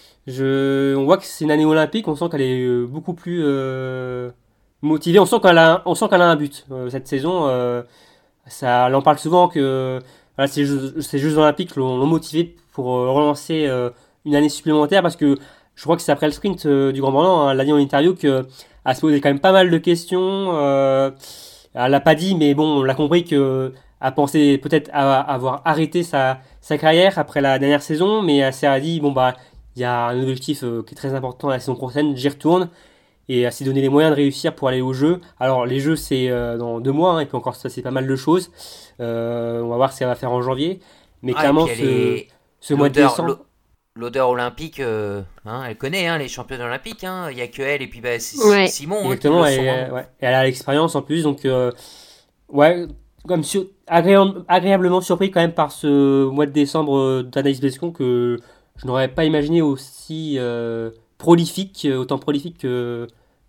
je, on voit que c'est une année olympique. On sent qu'elle est euh, beaucoup plus euh, motivée. On sent qu'elle a, on sent qu'elle a un but euh, cette saison. euh, ça, elle en parle souvent que voilà, ces Jeux, ces Jeux olympiques l'ont, l'ont motivée pour euh, relancer euh, une année supplémentaire parce que je crois que c'est après le sprint euh, du Grand Bornand. Hein, elle a dit en interview que elle se posait quand même pas mal de questions. Euh, elle l'a pas dit, mais bon, on l'a compris que a pensé peut-être à- avoir arrêté sa, sa carrière après la dernière saison, mais elle s'est dit, bon bah, il y a un objectif euh, qui est très important la saison prochaine, j'y retourne, et elle s'est donné les moyens de réussir pour aller aux Jeux. Alors les Jeux c'est euh, dans deux mois, hein, et puis encore ça c'est pas mal de choses, euh, on va voir ce qu'elle va faire en janvier, mais Ah, et clairement puis elle ce, est- ce mois de l'odeur- décembre... l'o- L'odeur olympique, euh, hein, elle connaît hein, les championnes olympiques. Hein. Il n'y a que elle et puis bah, c'est Ouais. Simon. hein, qui Exactement, le et, sont, hein. euh, ouais. Et elle a l'expérience en plus, donc euh, ouais, comme sur- agréable- agréablement surpris quand même par ce mois de décembre euh, d'Anaïs Bescon que je n'aurais pas imaginé aussi euh, prolifique, euh, autant prolifique que,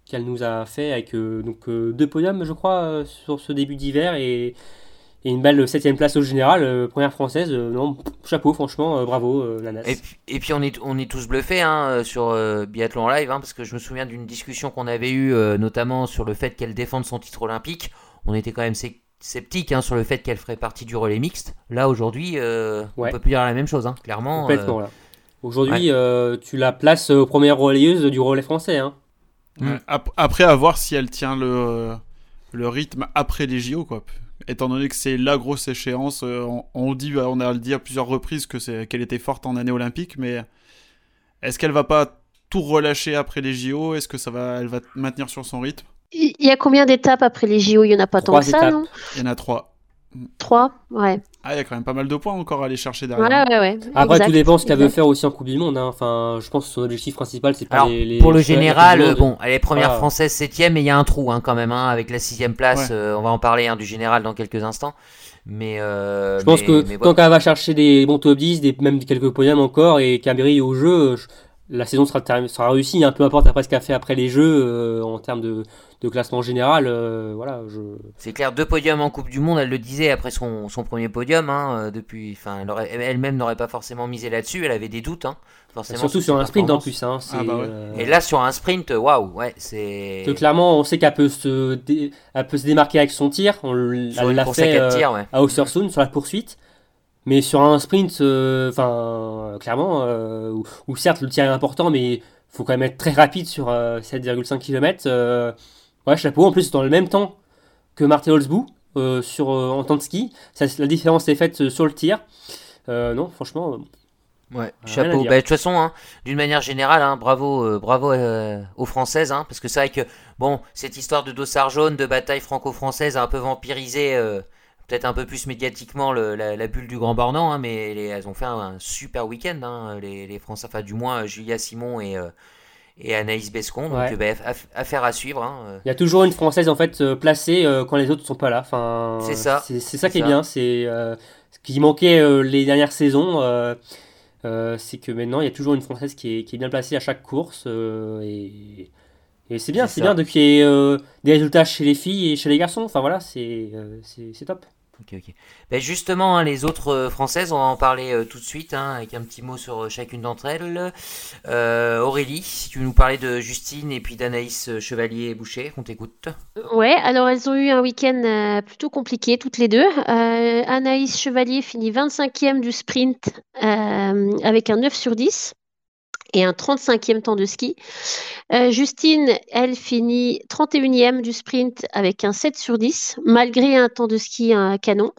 qu'elle nous a fait avec euh, donc, euh, deux podiums, je crois, euh, sur ce début d'hiver et, et une belle septième place au général, euh, première française. Euh, non, chapeau, franchement, euh, bravo, euh, Nanas. Et puis, et puis on, est, on est tous bluffés hein, sur euh, Biathlon Live, hein, parce que je me souviens d'une discussion qu'on avait eue, euh, notamment sur le fait qu'elle défende son titre olympique. On était quand même sé- sceptique hein, sur le fait qu'elle ferait partie du relais mixte. Là, aujourd'hui, euh, Ouais. on peut plus dire la même chose, hein, clairement. Complètement, euh, là. Aujourd'hui, euh, tu la places euh, première relayeuse du relais français. Hein. Ouais. Mm. Ap- Après, à voir si elle tient le, le rythme après les J O, quoi. Étant donné que c'est la grosse échéance, euh, on, on, dit, on a dit à plusieurs reprises que c'est, qu'elle était forte en année olympique, mais est-ce qu'elle va pas tout relâcher après les J O ? Est-ce que ça va, elle va maintenir sur son rythme ? Il y a combien d'étapes après les J O? Il n'y en a pas tant Trois que ça, étapes. non? Il y en a trois. Trois? Ouais. Ah, il y a quand même pas mal de points encore à aller chercher Ouais, derrière. ouais, ouais. Après, Exact, tout dépend ce qu'elle veut exact. faire aussi en Coupe du Monde. Hein. Enfin, je pense que son objectif principal, c'est pas Alors, les, les pour le les- général, la euh, Coupe du Monde. bon, elle est première Ah. française, septième, mais il y a un trou hein, quand même, hein, avec la sixième place. Ouais. euh, on va en parler hein, du général dans quelques instants. Mais, euh, Je pense mais- que mais tant voilà. qu'elle va chercher des bons top dix, des, même quelques podiums encore, et qu'elle brille au jeu, je- la saison sera, termi- sera réussie. Hein, peu importe après ce qu'elle fait après les jeux, euh, en termes de, de classement général. euh, voilà, je... C'est clair, deux podiums en Coupe du Monde, elle le disait après son, son premier podium. Hein, euh, depuis, enfin, elle aurait- elle-même n'aurait pas forcément misé là-dessus, elle avait des doutes. Hein, forcément, Surtout sur sur ses un sprint en performances. plus. Hein, c'est, Ah bah ouais. euh, Et là, sur un sprint, waouh, ouais, c'est. que clairement, on sait qu'elle peut se, dé- elle peut se démarquer avec son tir. On l- Sur elle une l'a course à fait quatre euh, tirs, ouais. à Östersund sur la poursuite. Mais sur un sprint, euh, enfin, euh, clairement, euh, où, où certes le tir est important, mais faut quand même être très rapide sur euh, sept virgule cinq kilomètres. Euh, ouais, chapeau. En plus, dans le même temps que Marthe Holzbou euh, sur, euh, en temps de ski. Ça, la différence est faite euh, sur le tir. Euh, non, franchement. euh, Ouais, Rien à chapeau. dire. Bah, de toute façon, hein, d'une manière générale, hein, bravo, euh, bravo euh, aux Françaises, hein, parce que c'est vrai que bon, cette histoire de dossard jaune, de bataille franco-française, a un peu vampirisé, euh, peut-être un peu plus médiatiquement le- la, la bulle du Grand Bornand, hein, mais les- elles ont fait un, un super week-end, hein, les, les Français, enfin du moins euh, Julia Simon et, euh, et Anaïs Bescon, donc Ouais. euh, bah, aff- affaire à suivre. Hein, euh. Il y a toujours une Française en fait euh, placée euh, quand les autres sont pas là. Enfin, C'est ça. C'est, c'est ça C'est qui est ça. bien. C'est euh, ce qui manquait euh, les dernières saisons. euh, euh, c'est que maintenant il y a toujours une Française qui est, qui est bien placée à chaque course euh, et, et c'est bien. C'est C'est, ça. bien de qu'il y ait euh, des résultats chez les filles et chez les garçons. Enfin voilà, c'est euh, c'est, c'est top. Ok, ok. Ben justement, hein, les autres euh, françaises, on va en parler euh, tout de suite, hein, avec un petit mot sur euh, chacune d'entre elles. Euh, Aurélie, si tu veux nous parler de Justine et puis d'Anaïs euh, Chevalier-Boucher, on t'écoute. Ouais, alors elles ont eu un week-end euh, plutôt compliqué toutes les deux. Euh, Anaïs Chevalier finit vingt-cinquième du sprint euh, avec un neuf sur dix et un trente-cinquième temps de ski. Euh, Justine, elle finit trente et unième du sprint avec un sept sur dix, malgré un temps de ski un canon.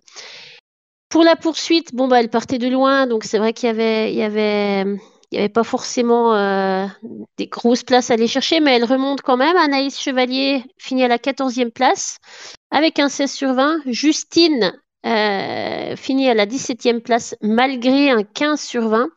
Pour la poursuite, bon bah elle partait de loin, donc c'est vrai qu'il y avait, il y avait, il y avait pas forcément euh, des grosses places à aller chercher, mais elle remonte quand même. Anaïs Chevalier finit à la quatorzième place avec un seize sur vingt. Justine euh, finit à la dix-septième place malgré un quinze sur vingt.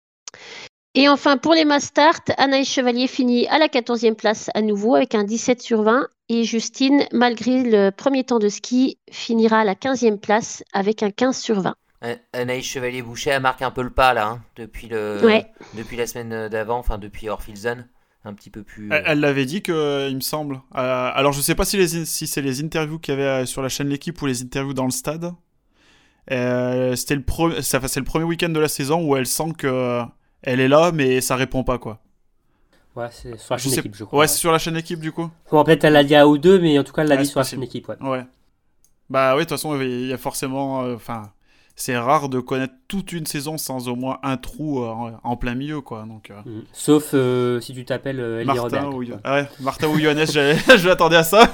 Et enfin, pour les mass start, Anaïs Chevalier finit à la quatorzième place à nouveau avec un dix-sept sur vingt. Et Justine, malgré le premier temps de ski, finira à la quinzième place avec un quinze sur vingt. A- Anaïs Chevalier-Boucher, elle marque un peu le pas là, hein, depuis, le, Ouais. depuis la semaine d'avant, enfin depuis Orphilsen, un petit peu plus... euh, Elle, elle l'avait dit que, il me semble. Euh, alors je sais pas si, les, in- si c'est les interviews qu'il y avait euh, sur la chaîne L'équipe ou les interviews dans le stade. Euh, c'était le pre- ça, c'est le premier week-end de la saison où elle sent que euh, elle est là, mais ça répond pas quoi. Ouais, c'est sur la Je chaîne sais- équipe, je crois. Ouais, c'est sur la chaîne Équipe du coup. Bon, peut-être elle l'a dit à ou deux, mais en tout cas elle l'a Ouais, dit c'est sur la possible. chaîne équipe. Ouais. Ouais. Bah oui, de toute façon, il y a forcément. Enfin, c'est rare de connaître toute une saison sans au moins un trou euh, en, en plein milieu quoi. Donc. euh, Mhm. Sauf euh, si tu t'appelles euh, Elvira Martin Berg. ou, Yo- ouais, Martin ou Johannes, j'allais- je m'attendais à ça.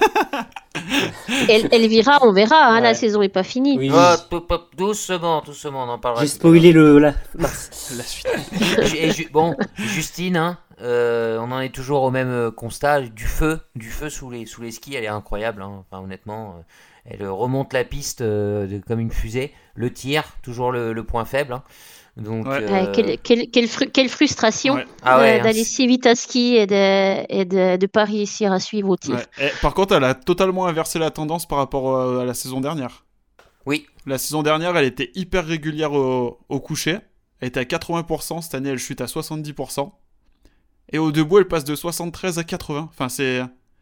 Elle, Elvira, on verra, hein, Ouais. la saison n'est pas finie. Oui, Oh, p- p- doucement, doucement, on en parlera. j'ai tout à l'heure. spoilé le. La... mince. La suite. Ju- et ju- bon, Justine, hein, euh, on en est toujours au même euh, constat, du feu, du feu sous les, sous les skis, elle est incroyable, hein. Enfin, honnêtement, euh, elle euh, remonte la piste euh, de- comme une fusée, le tir, toujours le, le point faible, hein. Donc, Ouais. euh, Ouais, quelle, quelle- quelle fru- quelle frustration Ouais. Ah ouais, euh, hein, d'aller c'est- si vite à ski et de, et de, de pas réussir à suivre au tir. Ouais. Et, par contre, elle a totalement inversé la tendance par rapport euh, à la saison dernière. Oui, La saison dernière, elle était hyper régulière au, au coucher. Elle était à quatre-vingts pour cent. Cette année, elle chute à soixante-dix pour cent. Et au debout, elle passe de soixante-treize à quatre-vingts. Enfin, c'est...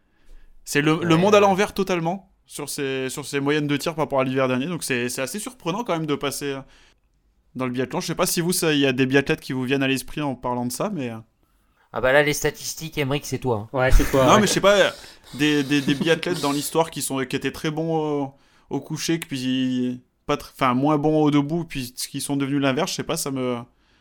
C'est le, Ouais, le monde à ouais. l'envers totalement sur ses, sur ses moyennes de tir par rapport à l'hiver dernier. Donc c'est, c'est assez surprenant quand même de passer euh, dans le biathlon. Je sais pas si vous, ça- il y a des biathlètes qui vous viennent à l'esprit en parlant de ça, mais... euh, Ah bah là, les statistiques, Emmerich, c'est toi. hein. Ouais, c'est toi. Non, ouais. mais je sais pas, des, des, des biathlètes dans l'histoire qui, sont, qui étaient très bons au, au coucher, puis pas tr- enfin, moins bons au debout, puis qui sont devenus l'inverse, je sais pas, ça me...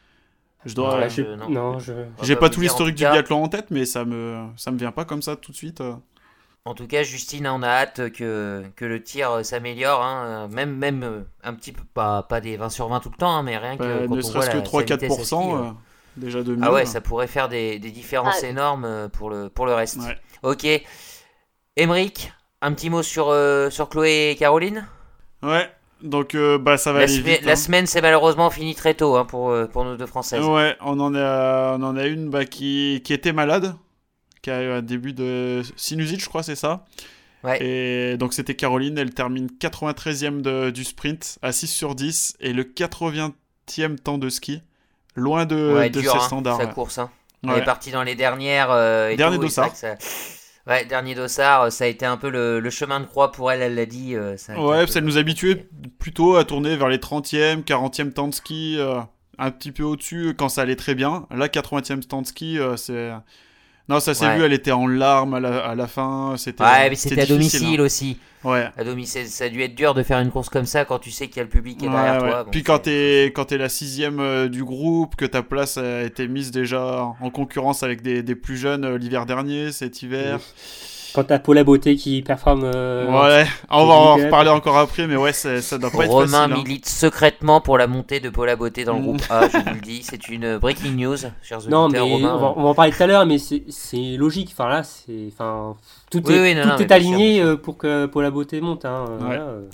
Je dois... Non, là, je- je- non. non, je. On J'ai va pas vous tout dire, l'historique en tout du cas- biathlon en tête, mais ça me, ça me vient pas comme ça tout de suite. euh. En tout cas, Justine, on a hâte que, que le tir euh, s'améliore, hein, euh, même, même euh, un petit peu, pas, pas des vingt sur vingt tout le temps, hein, mais rien que Euh, quand ne on serait-ce voit que la- trois à sa quatre vitesse à ski, euh. euh, déjà de mieux. Ah ouais, ça pourrait faire des, des différences Ah. énormes euh, pour le, pour le reste. Ouais. Ok. Emmerich, un petit mot sur, euh, sur Chloé et Caroline. Ouais, donc euh, bah, ça va La, aller semai- vite. la hein. semaine s'est malheureusement finie très tôt hein, pour, euh, pour nos deux Françaises. Ouais, on en a, on en a une bah, qui, qui était malade, qui a eu un début de sinusite, je crois, c'est ça. Ouais. Et donc c'était Caroline, elle termine quatre-vingt-treizième de, du sprint à six sur dix et le quatre-vingtième temps de ski, loin de, Ouais, de dur, ses hein, standards. sa ouais. course. Hein. Ouais. Elle est partie dans les dernières. euh, et Dernier tout, et c'est dossard. vrai que ça- Ouais, dernier dossard, ça a été un peu le, le chemin de croix pour elle, elle l'a dit. euh, ça a été Ouais, un parce peu- qu'elle nous habituait plutôt à tourner vers les trentième, quarantième temps de ski, euh, un petit peu au-dessus quand ça allait très bien. Là, quatre-vingtième temps de ski, euh, c'est... Non, ça s'est Ouais. vu, elle était en larmes à la, à la fin. C'était, Ouais, mais c'était à difficile, domicile hein. aussi. Ouais. À domicile, ça a dû être dur de faire une course comme ça quand tu sais qu'il y a le public qui est Ouais, derrière ouais. toi. Bon, Puis c'est- quand t'es, quand t'es la sixième euh, du groupe, que ta place a été mise déjà en concurrence avec des, des plus jeunes euh, l'hiver dernier, cet hiver. Quand t'as Paula Beauté qui performe. euh, Ouais, on va en Nickel. reparler encore après, mais ouais, c'est- ça doit pas être Romain facile. hein. milite secrètement pour la montée de Paula Beauté dans le Mm. groupe A, je vous le dis. C'est une breaking news, chers auditeurs. Non, mais Romain, on, va, on va en parler tout à l'heure, mais c'est c'est logique. Enfin, là, c'est. Enfin, tout Oui, est, oui, non, tout non, mais est bien aligné sûr, bien euh, pour que Paula Beauté monte. Hein, euh, Ouais. voilà, euh.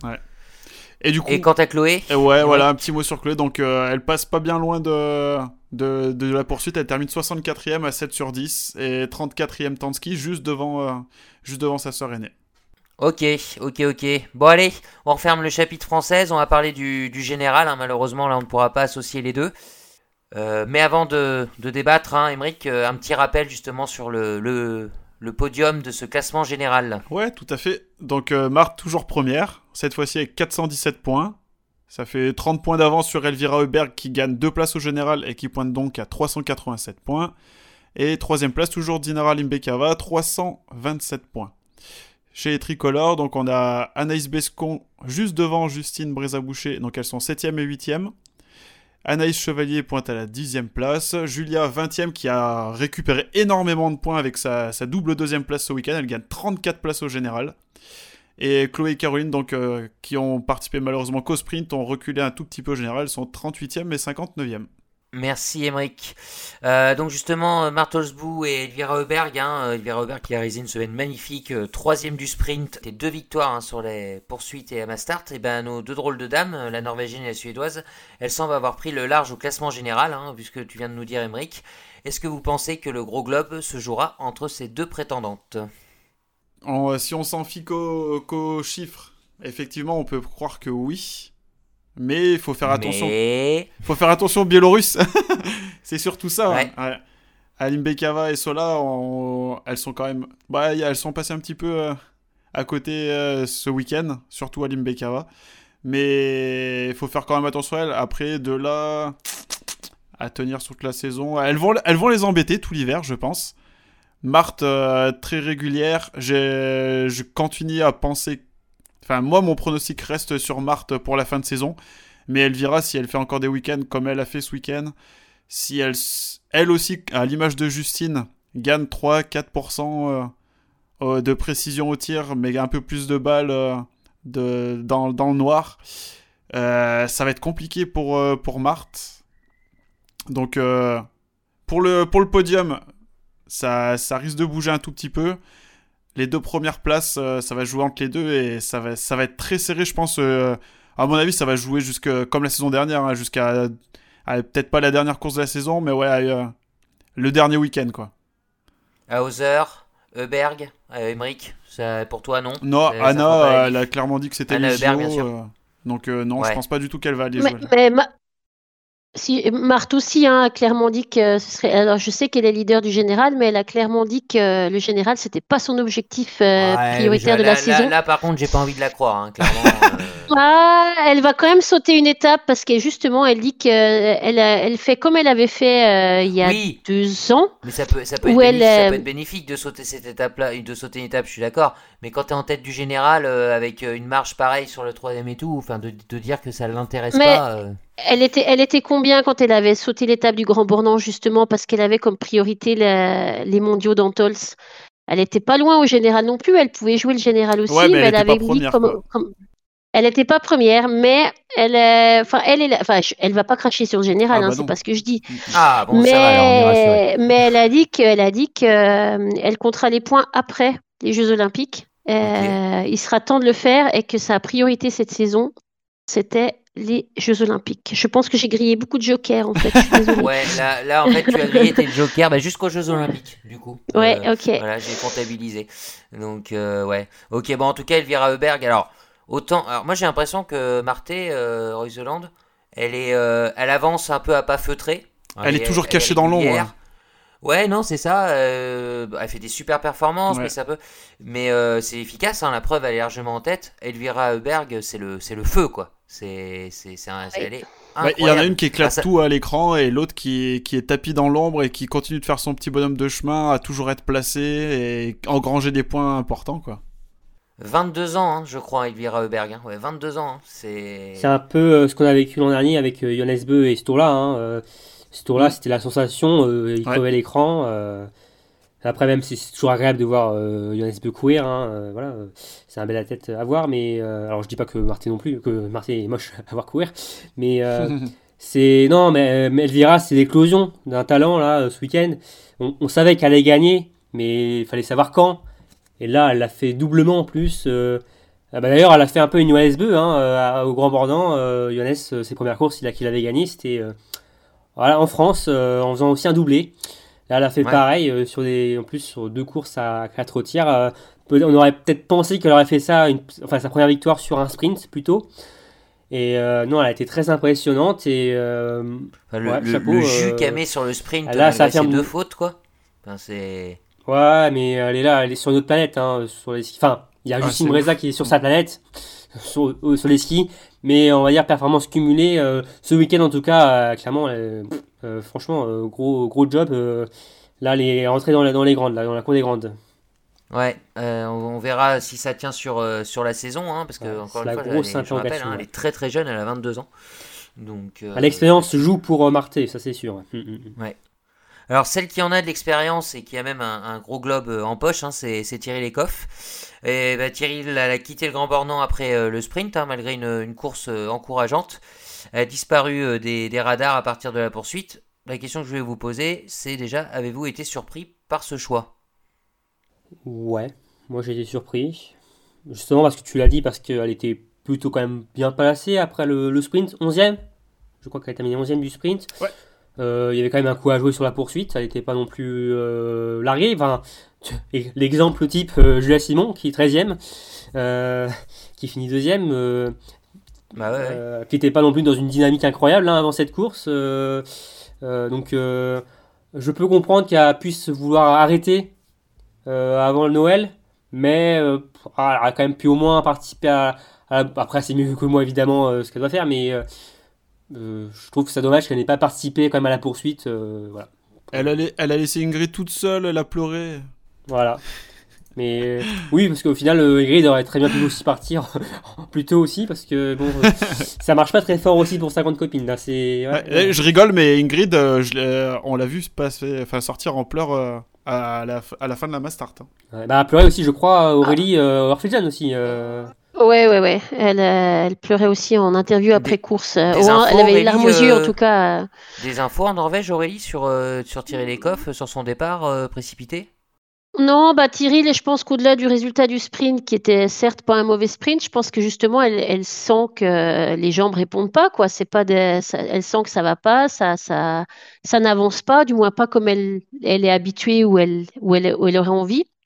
Et du coup, Et quant à Chloé, et ouais, voilà, un petit mot sur Chloé. Donc, euh, elle passe pas bien loin de, de, de la poursuite. Elle termine soixante-quatrième à sept sur dix et trente-quatrième temps de ski, juste devant, euh, juste devant sa sœur aînée. ok, ok, ok. Bon, allez, on referme le chapitre française. On va parler du, du général. hein. Malheureusement, là, on ne pourra pas associer les deux. Euh, mais avant de, de débattre, hein, Emmerich, euh, un petit rappel justement sur le, le, le podium de ce classement général. Ouais, tout à fait. Donc, euh, Marthe, toujours première, cette fois-ci avec quatre cent dix-sept points. Ça fait trente points d'avance sur Elvira Heuberg qui gagne deux places au général et qui pointe donc à trois cent quatre-vingt-sept points. Et troisième place, toujours Dinara Limbekava, trois cent vingt-sept points. Chez les tricolores, donc on a Anaïs Bescon juste devant Justine Brézaboucher, donc elles sont septième et huitième. Anaïs Chevalier pointe à la dixième place. Julia vingtième qui a récupéré énormément de points avec sa, sa double deuxième place ce week-end. Elle gagne trente-quatre places au général. Et Chloé et Caroline, donc, euh, qui ont participé malheureusement qu'au sprint, ont reculé un tout petit peu au général. Elles sont trente-huitième et cinquante-neuvième. Merci Emmerich. Euh, donc justement, euh, Martelsbou et Elvira Heuberg, hein, euh, Elvira Heuberg qui a réalisé une semaine magnifique, euh, troisième du sprint et deux victoires hein, sur les poursuites et à Mastart. Et ben nos deux drôles de dames, euh, la norvégienne et la suédoise, elles semblent avoir pris le large au classement général, hein, vu ce que tu viens de nous dire Emmerich. Est-ce que vous pensez que le gros globe se jouera entre ces deux prétendantes ? En- si on s'en fie qu'aux qu'aux chiffres, effectivement, on peut croire que oui. Mais il faut faire attention. Mais... faut faire attention aux Biélorusses. C'est surtout ça. Ouais. hein. Ouais. Alimbekava et Sola, on- elles sont quand même... Bah, y a- elles sont passées un petit peu euh, à côté euh, ce week-end, surtout Alimbekava. Mais il faut faire quand même attention à elles. Après, de là à tenir toute la saison, elles vont, elles vont les embêter tout l'hiver, je pense. Marthe, euh, très régulière. J'ai, je continue à penser... Enfin, moi, mon pronostic reste sur Marthe pour la fin de saison. Mais Elvira, si elle fait encore des week-ends comme elle a fait ce week-end, si elle, elle aussi, à l'image de Justine, gagne trois à quatre pour cent euh, euh, de précision au tir, mais un peu plus de balles euh, de, dans, dans le noir, euh, ça va être compliqué pour, euh, pour Marthe. Donc, euh, pour, le, pour le podium, ça, ça risque de bouger un tout petit peu. Les deux premières places, euh, ça va jouer entre les deux et ça va, ça va être très serré, je pense. Euh, à mon avis, ça va jouer jusque, comme la saison dernière, hein, jusqu'à à, peut-être pas la dernière course de la saison, mais ouais, euh, le dernier week-end, quoi. Hauser, Heuberg, euh, Emmerich, ça, pour toi non Non, Ça- ça fera Anna, pas la euh, diff. elle a clairement dit que c'était Anna les Heuberg, J O, bien sûr. euh, donc euh, non, Ouais. je pense pas du tout qu'elle va aller Mais, jouer. mais ma- Si, Marthe aussi hein, a clairement dit que ce serait. Alors, je sais qu'elle est leader du général, mais elle a clairement dit que le général, c'était pas son objectif euh, Ouais, prioritaire je- de la là, saison. là, là, par contre, j'ai pas envie de la croire, hein, clairement. euh, Ah, elle va quand même sauter une étape parce que justement, elle dit qu'elle elle fait comme elle avait fait euh, il y a Oui, deux ans, mais ça peut, ça peut être où elle. bénéfique, ça euh, peut être bénéfique de sauter cette étape-là, de sauter une étape, je suis d'accord. Mais quand t'es en tête du général, euh, avec euh, une marche pareille sur le troisième et tout, enfin, de, de dire que ça l'intéresse Mais pas. euh, elle était, elle était combien quand elle avait sauté l'étape du Grand Bornand, justement, parce qu'elle avait comme priorité la- les mondiaux d'Antols. Elle était pas loin au général non plus, elle pouvait jouer le général aussi, Ouais, mais mais elle elle était pas avait mis première, comme, quoi. comme- elle n'était pas première, mais elle, euh, enfin, elle est, là- enfin, je- elle va pas cracher sur le général, Ah hein, bah c'est non. pas ce que je dis. Ah, bon, ça va, alors on est rassuré. Mais, mais elle a dit qu'elle a dit que, euh, elle comptera les points après les Jeux Olympiques. Ok. Euh, il sera temps de le faire et que sa priorité cette saison, c'était les Jeux Olympiques. Je pense que j'ai grillé beaucoup de jokers en fait. Je suis désolée. Ouais, là, là, en fait, tu as grillé tes jokers bah, jusqu'aux Jeux Olympiques, du coup. Ouais, Euh, ok. Voilà, j'ai comptabilisé. Donc, euh, ouais. Ok, bon, en tout cas, Elvira Heuberg, alors, autant. Alors, moi, j'ai l'impression que Marthe, euh, Reuseland, elle, est, euh, elle avance un peu à pas feutrer. Elle est toujours cachée dans l'ombre, régulière. hein. Ouais, non, c'est ça. euh, elle fait des super performances, Ouais. mais ça peut. Mais euh, c'est efficace, hein, la preuve, elle est largement en tête. Elvira Heuberg, c'est le, c'est le feu, quoi. C'est, c'est, c'est un- c'est- Ouais. elle est Ouais, il y en a incroyable. une qui éclate Ah, ça- tout à l'écran et l'autre qui, qui est tapis dans l'ombre et qui continue de faire son petit bonhomme de chemin à toujours être placé et engranger des points importants, quoi. vingt-deux ans, hein, je crois, Elvira Heuberg. Hein. Ouais, vingt-deux ans. Hein. C'est... C'est un peu euh, ce qu'on a vécu l'an dernier avec euh, Johannes Beu et ce tour-là. Hein. Euh, ce tour-là, Mm. c'était la sensation, euh, il Ouais. crevait l'écran. euh. Après, même si c'est toujours agréable de voir euh, Johannes Beu courir, hein, euh, voilà, euh, c'est un bel athlète à voir. Mais euh, alors, je dis pas que Marthe non plus, que Marthe est moche à voir courir. Mais euh, c'est non, mais, mais Elvira, c'est l'éclosion d'un talent là euh, ce week-end. On, on savait qu'elle allait gagner, mais il fallait savoir quand. Et là, elle l'a fait doublement en plus. euh, ah bah d'ailleurs, elle a fait un peu une Johannes Beu hein, euh, au Grand Bornand. Euh, Johannes, euh, ses premières courses, il a qu'il avait gagné, c'était euh, voilà, en France, euh, en faisant aussi un doublé. Là, elle a fait Ouais. pareil euh, sur des, en plus sur deux courses à quatre tiers. euh, peut- on aurait peut-être pensé qu'elle aurait fait ça, une- enfin sa première victoire sur un sprint plutôt. Et euh, non, elle a été très impressionnante et euh, Enfin, le, ouais, le, chapeau, le jus euh, qu'elle met sur le sprint, là, ça malgré ses affirme- deux fautes, quoi. Enfin, c'est... ouais, mais elle est là, elle est sur une autre planète, hein, sur les skis. Enfin, il y a Ah, Justine c'est Breza qui est sur sa planète, sur, euh, sur les skis, mais on va dire performance cumulée. euh, ce week-end, en tout cas, euh, clairement, euh, euh, franchement, euh, gros, gros job. euh, là, elle est rentrée dans, la, dans les grandes, là, dans la cour des grandes. Ouais, euh, on, on verra si ça tient sur, euh, sur la saison, hein, parce que, Ouais, encore c'est une la fois, grosse elle est- je rappelle, interrogation, hein, elle ouais. est très très jeune, elle a vingt-deux ans. Donc, euh, Ah, l'expérience joue pour euh, Marté, ça c'est sûr. Mm, mm, mm. Alors, celle qui en a de l'expérience et qui a même un, un gros globe euh, en poche, hein, c'est, c'est Thierry Lecoff. Et bah, Thierry elle a quitté le Grand Bornand après euh, le sprint, hein, malgré une, une course euh, encourageante. Elle a disparu euh, des, des radars à partir de la poursuite. La question que je vais vous poser, c'est déjà, avez-vous été surpris par ce choix ? Ouais, moi j'ai été surpris. Justement parce que tu l'as dit, parce qu'elle était plutôt quand même bien placée après le, le sprint, onzième. Je crois qu'elle a terminé onzième du sprint. Ouais. Euh, il y avait quand même un coup à jouer sur la poursuite, elle n'était pas non plus euh, larguée. Enfin, tu- et l'exemple type, euh, Julia Simon, qui est treizième, euh, qui finit deuxième, euh, Bah ouais, ouais. euh, qui n'était pas non plus dans une dynamique incroyable hein, avant cette course. euh, euh, donc, euh, je peux comprendre qu'elle puisse vouloir arrêter euh, avant le Noël, mais euh, ah, elle a quand même pu au moins participer à, à la- après c'est mieux que moi évidemment euh, ce qu'elle doit faire, mais euh, euh, je trouve que c'est dommage qu'elle n'ait pas participé quand même à la poursuite. euh, voilà. Elle a, la- elle a laissé Ingrid toute seule, elle a pleuré. Voilà. Mais euh, oui, parce qu'au final, euh, Ingrid aurait très bien pu aussi partir plus tôt aussi, parce que bon, euh, ça marche pas très fort aussi pour cinquante copines. Là, c'est, ouais, Ouais, euh, eh, je rigole, mais Ingrid, euh, je l'ai- on l'a vu se passer, enfin, sortir en pleurs euh, à, la, à la fin de la Mastart. Hein. ouais, bah, pleurer aussi, je crois, Aurélie euh, Orpheljan aussi. euh. Ouais, ouais, ouais. Elle, euh, elle pleurait aussi en interview après course. Euh, des au moins, infos, elle avait les larmes aux Aurélie, yeux, en euh, tout cas. euh. Des infos en Norvège, Aurélie, sur, euh, sur Thierry Lecoff, euh, sur son départ euh, précipité ? Non, bah Thierry, je pense qu'au-delà du résultat du sprint, qui était certes pas un mauvais sprint, je pense que justement, elle, elle sent que les jambes répondent pas, quoi. C'est pas des- ça- elle sent que ça va pas, ça, ça, ça n'avance pas, du moins pas comme elle, elle est habituée ou elle, ou elle, ou elle aurait envie.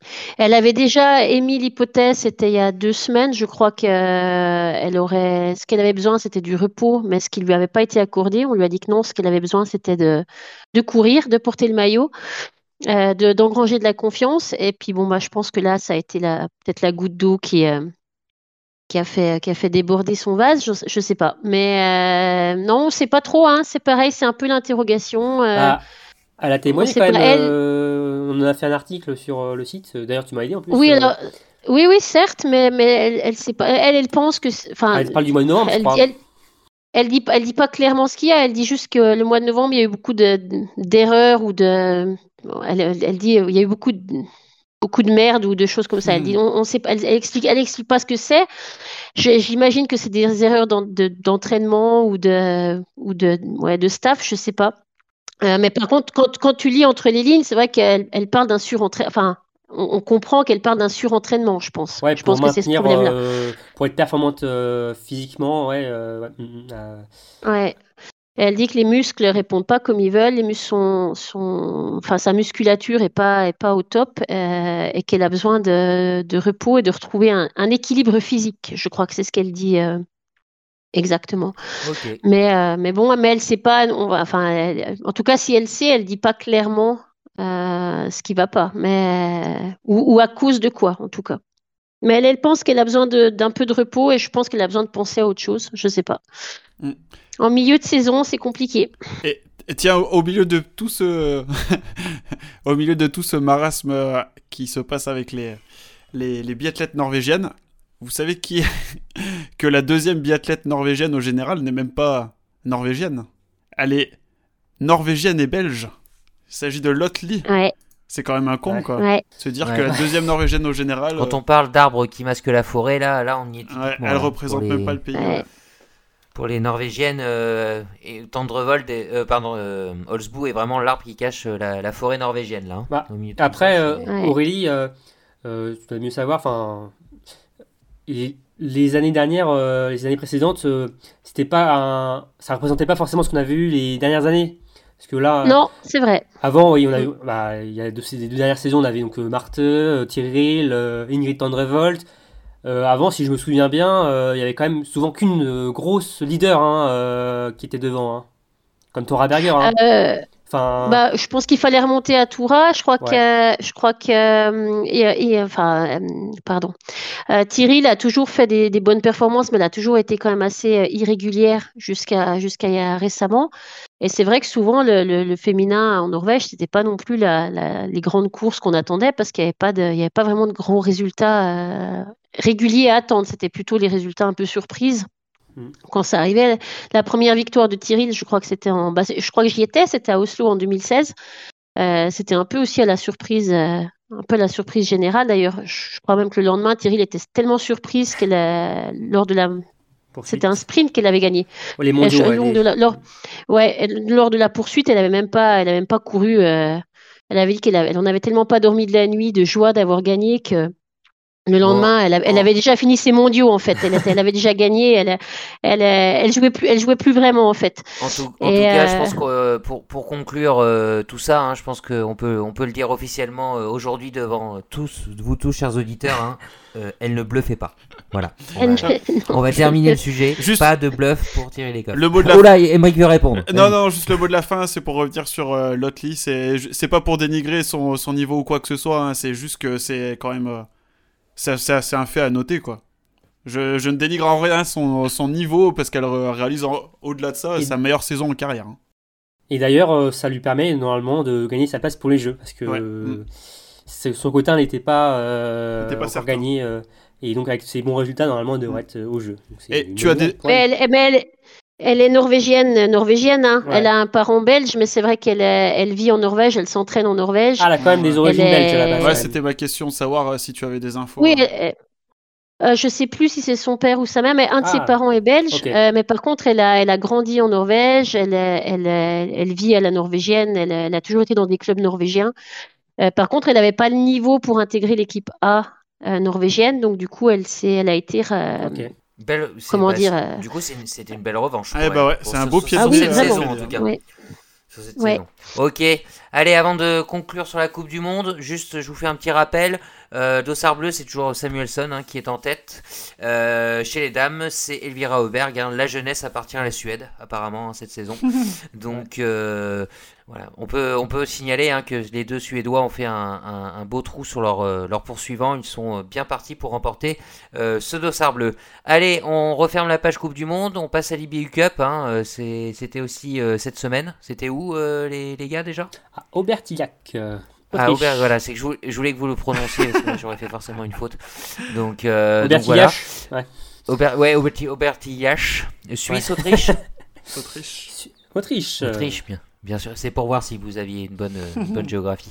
Elle avait déjà émis l'hypothèse, c'était il y a deux semaines. Je crois qu'elle aurait, ce qu'elle avait besoin, c'était du repos, mais ce qui lui avait pas été accordé. On lui a dit que non, ce qu'elle avait besoin, c'était de, de courir, de porter le maillot, euh, de, d'engranger de la confiance. Et puis bon, bah, je pense que là, ça a été la, peut-être la goutte d'eau qui, euh, qui a fait, qui a fait déborder son vase. Je, je sais pas. Mais euh, non, c'est pas trop. Hein. C'est pareil, c'est un peu l'interrogation. Euh, Ah, elle a témoigné sait quand même. pas, elle- euh, on en a fait un article sur euh, le site. D'ailleurs, tu m'as aidé en plus. Oui, euh, alors, oui, oui, certes, mais, mais elle, elle sait pas. Elle, elle pense que, c'est- enfin, Elle parle du mois de novembre, je elle crois. dit, elle, elle dit, elle dit pas clairement ce qu'il y a. Elle dit juste que le mois de novembre, il y a eu beaucoup de, d'erreurs ou de, bon, elle, elle elle dit, euh, il y a eu beaucoup de, beaucoup de merde ou de choses comme ça. Elle dit, Hmm. on, on sait pas, elle, elle explique, elle explique pas ce que c'est. Je- J'imagine que c'est des erreurs d'en- de- d'entraînement ou de, ou de, ouais, de staff, je sais pas. Euh, mais par contre, quand, quand tu lis entre les lignes, c'est vrai qu'elle elle parle d'un surentraînement. Enfin, on, on comprend qu'elle parle d'un surentraînement, je pense. Ouais, je pour pense que c'est ce maintenir, problème-là. euh, pour être performante euh, physiquement, ouais. euh, ouais, mm, mm, euh, Ouais. Elle dit que les muscles répondent pas comme ils veulent. Les muscles sont, sont... enfin, sa musculature est pas, est pas au top euh, et qu'elle a besoin de, de repos et de retrouver un, un équilibre physique. Je crois que c'est ce qu'elle dit euh, exactement. Ok. Mais, euh, mais bon, mais elle sait pas. On va, enfin, elle- en tout cas, si elle sait, elle dit pas clairement euh, ce qui va pas. Mais ou, ou à cause de quoi, en tout cas. Mais elle, elle pense qu'elle a besoin de- d'un peu de repos et je pense qu'elle a besoin de penser à autre chose. Je sais pas. Mm. En milieu de saison, c'est compliqué. Et, et tiens, au, au milieu de tout ce, au milieu de tout ce marasme euh, qui se passe avec les, les, les biathlètes norvégiennes, vous savez qui que la deuxième biathlète norvégienne au général n'est même pas norvégienne. Elle est norvégienne et belge. Il s'agit de Lotte Lie. Ouais, C'est quand même un con, Ouais. quoi. ouais. Se dire Ouais. que la deuxième norvégienne au général, Quand euh, on parle d'arbres qui masquent la forêt, là, là on y est ouais, typiquement. elle hein, représente pour même les- pas le pays. Ouais. ouais. Pour les Norvégiennes, euh, et Tendrevold, et- euh, pardon, euh, Holzbo est vraiment l'arbre qui cache euh, la, la forêt norvégienne, là. hein, Bah, au milieu de tout Après, ça, euh, c'est- Ouais. Aurélie, euh, euh, tu dois mieux savoir. Enfin, les, les années dernières, euh, les années précédentes, euh, c'était pas un, ça représentait pas forcément ce qu'on a vu les dernières années. Parce que là, Non, c'est vrai. avant, oui, on a eu, bah, il y a deux, ces deux dernières saisons, on avait donc euh, Marthe, euh, Tyrrell, euh, Ingrid Tendrevold. Euh, avant, si je me souviens bien, euh, il y avait quand même souvent qu'une euh, grosse leader hein, euh, qui était devant, hein. Comme Thora Berger. Hein. Euh, Enfin, Bah, je pense qu'il fallait remonter à Toura. Je crois Ouais. que, je crois que, euh, et- et, enfin, euh, pardon. Euh, Tyrrell a toujours fait des, des bonnes performances, mais elle a toujours été quand même assez euh, irrégulière jusqu'à, jusqu'à il y a récemment. Et c'est vrai que souvent le, le, le féminin en Norvège, c'était pas non plus la, la- les grandes courses qu'on attendait parce qu'il y avait pas de, il y avait pas vraiment de grands résultats euh, réguliers à attendre. C'était plutôt les résultats un peu surprises. Mm. Quand ça arrivait, la première victoire de Tyrrell, je crois que c'était en, bah, je crois que j'y étais, c'était à Oslo en deux mille seize. Euh, c'était un peu aussi à la surprise, euh, un peu la surprise générale. D'ailleurs, je crois même que le lendemain, Tyrrell était tellement surprise qu'elle, a- lors de la, poursuite. c'était un sprint qu'elle avait gagné. Les Elle- mondiaux, ouais, lors, les- de la, lors, ouais, elle- lors de la poursuite, elle avait même pas, elle avait même pas couru. euh, elle avait dit qu'elle avait, elle en avait tellement pas dormi de la nuit, de joie d'avoir gagné que le lendemain, elle, a- elle oh. avait déjà fini ses mondiaux en fait. Elle, était- elle avait déjà gagné. Elle, elle, elle jouait plus, elle jouait plus vraiment en fait. En tout, en Et, tout cas, euh, je pense que euh, pour, pour conclure euh, tout ça, hein, je pense qu'on peut, on peut le dire officiellement euh, aujourd'hui devant euh, tous, vous tous, chers auditeurs, hein, euh, elle ne bluffait pas. Voilà. On Elle- va, on va terminer le sujet. Juste- Pas de bluff pour tirer les coffres. Le mot de la Oh là, Emmerich veut répondre. Non, non, juste le mot de la fin, c'est pour revenir sur euh, Lotte Lie. C'est, c'est pas pour dénigrer son, son niveau ou quoi que ce soit, hein, c'est juste que c'est quand même. Euh, c'est, c'est, c'est un fait à noter, quoi. Je, je ne dénigre en rien son, son niveau parce qu'elle euh, réalise en- au-delà de ça Et- sa meilleure saison en carrière. hein. Et d'ailleurs, euh, ça lui permet normalement de gagner sa place pour les Jeux. Parce que Ouais. euh, c'est- son quota n'était pas, euh, N'était pas encore certain. gagné. euh, et donc, avec ses bons résultats, normalement, elle devrait être euh, aux Jeux. Donc, c'est Et une tu as bonne des- nouvelle pour Mais elle. elle, mais elle, elle est norvégienne, norvégienne. Hein. Ouais. Elle a un parent belge, mais c'est vrai qu'elle, est- elle vit en Norvège. Elle s'entraîne en Norvège. Ah, elle a quand même des origines Elle est- belges à la base. Ouais, quand même. c'était ma question de savoir euh, si tu avais des infos. Oui, euh. elle- euh, je sais plus si c'est son père ou sa mère, mais un de Ah. ses parents est belge. Ok. Euh, mais par contre, elle a, elle a grandi en Norvège. Elle, est- elle, est- elle vit à la norvégienne. Elle, elle a toujours été dans des clubs norvégiens. Euh, par contre, elle n'avait pas le niveau pour intégrer l'équipe A euh, norvégienne. Donc, du coup, elle, s'est- elle a été. euh, Ok. Belle, c'est- Comment bah, dire, c'est- euh, Du coup, c'est une- c'était une belle revanche. Eh pour bah elle, ouais, pour c'est un ce- beau sur- pied sur de nez, cette vraiment. saison, en tout cas. ouais. Sur cette Ouais. saison. Ok, Allez, avant de conclure sur la Coupe du Monde, juste je vous fais un petit rappel. Euh, Dossard bleu, c'est toujours Samuelsson hein, qui est en tête. Euh, chez les dames, c'est Elvira Auberg. Hein. La jeunesse appartient à la Suède, apparemment, hein, cette saison. Donc, euh, voilà. On peut, on peut signaler hein, que les deux Suédois ont fait un, un, un beau trou sur leur, euh, leur poursuivant. Ils sont bien partis pour remporter euh, ce Dossard bleu. Allez, on referme la page Coupe du Monde. On passe à l'I B U Cup. Hein. Euh, c'est, c'était aussi euh, cette semaine. C'était où, euh, les, les gars, déjà ? À Aubertillac. Euh... Ah, Aubert, voilà, c'est que je voulais, je voulais que vous le prononciez, parce que là, j'aurais fait forcément une faute. Donc, euh, donc voilà. Ouais. Aubert, ouais, Auberti, Aubertillac. Suisse, ouais. Autriche Autriche. Autriche. Autriche, bien, bien sûr. C'est pour voir si vous aviez une bonne, une bonne géographie.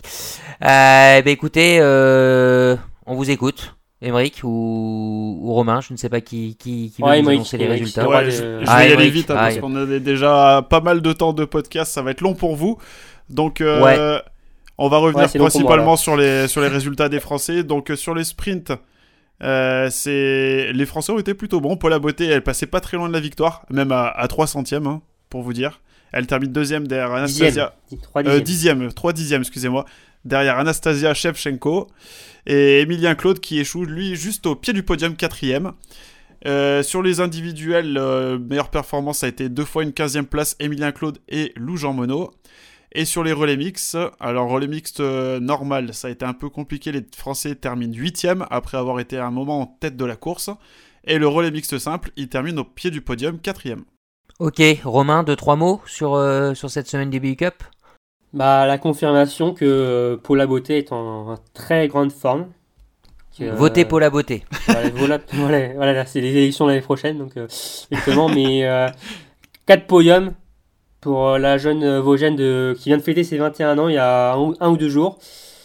Euh, bah, écoutez, euh, on vous écoute. Émeric ou, ou Romain, je ne sais pas qui, qui, qui ouais, veut nous Émeric, annoncer les Émeric, résultats. Ouais, je, je vais ah, y aller Émeric, vite hein, ah, parce qu'on a déjà pas mal de temps de podcast, ça va être long pour vous. Donc, euh, ouais. on va revenir ouais, principalement moi, sur, les, sur les résultats des Français. Donc, euh, sur les sprints, euh, c'est... les Français ont été plutôt bons. Paula Beauté, elle passait pas très loin de la victoire, même à, à trois centièmes, hein, pour vous dire. Elle termine deuxième derrière Anastasia. Dixième. Euh, dixième, trois dixièmes, excusez-moi. Derrière Anastasia Shevchenko. Et Emilien Claude qui échoue, lui, juste au pied du podium, quatrième. Euh, sur les individuels, euh, meilleure performance a été deux fois une quinzième place, Emilien Claude et Lou Jean Monod. Et sur les relais mixtes, alors relais mixte euh, normal, ça a été un peu compliqué, les Français terminent huitième après avoir été à un moment en tête de la course. Et le relais mixte simple, il termine au pied du podium, quatrième. Ok, Romain, deux, trois mots sur, euh, sur cette semaine des B U Cup. Bah, la confirmation que euh, Paula Beauté est en, en très grande forme. Que, euh, Votez Paula Beauté. Voilà, voilà, voilà, voilà, c'est les élections l'année prochaine, donc euh, exactement. Mais euh, quatre podiums pour euh, la jeune euh, Vosgienne de, qui vient de fêter ses vingt et un ans il y a un, un ou deux jours.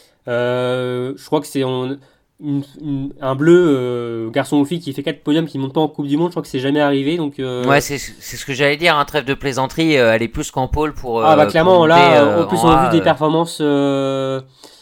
Euh, je crois que c'est on, une, une, un bleu euh, garçon ou fille qui fait quatre podiums qui monte pas en Coupe du Monde. Je crois que c'est jamais arrivé. Donc euh... ouais, c'est, c'est ce que j'allais dire. Un hein, trêve de plaisanterie, euh, elle est plus qu'en pôle pour. Euh, ah bah clairement monter, là, euh, en plus en on a A, vu des euh... performances. Euh,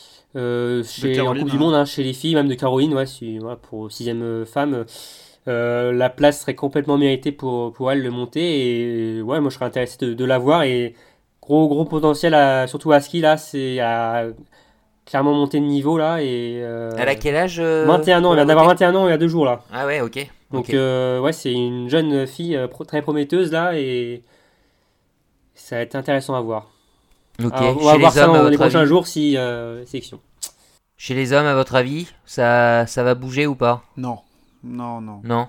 Euh, chez, Caroline, en Coupe hein. du Monde, hein, chez les filles, même de Caroline, ouais, si, voilà, pour sixième euh, femme, euh, la place serait complètement méritée pour, pour elle de monter. Et ouais, moi je serais intéressé de, de la voir. Et gros gros potentiel, à, surtout à ski, là, c'est à clairement monter de niveau. Là, et, euh, elle a quel âge euh, vingt et un ans, elle vient d'avoir vingt et un ans il y a deux jours là. Ah ouais, ok. Donc okay. Euh, ouais, c'est une jeune fille euh, pro- très prometteuse là, et ça va être intéressant à voir. Okay. Alors, on va Chez voir les ça hommes, dans les prochains avis... jours si euh, sélection. Chez les hommes, à votre avis, ça, ça va bouger ou pas ? Non, non, non. Non.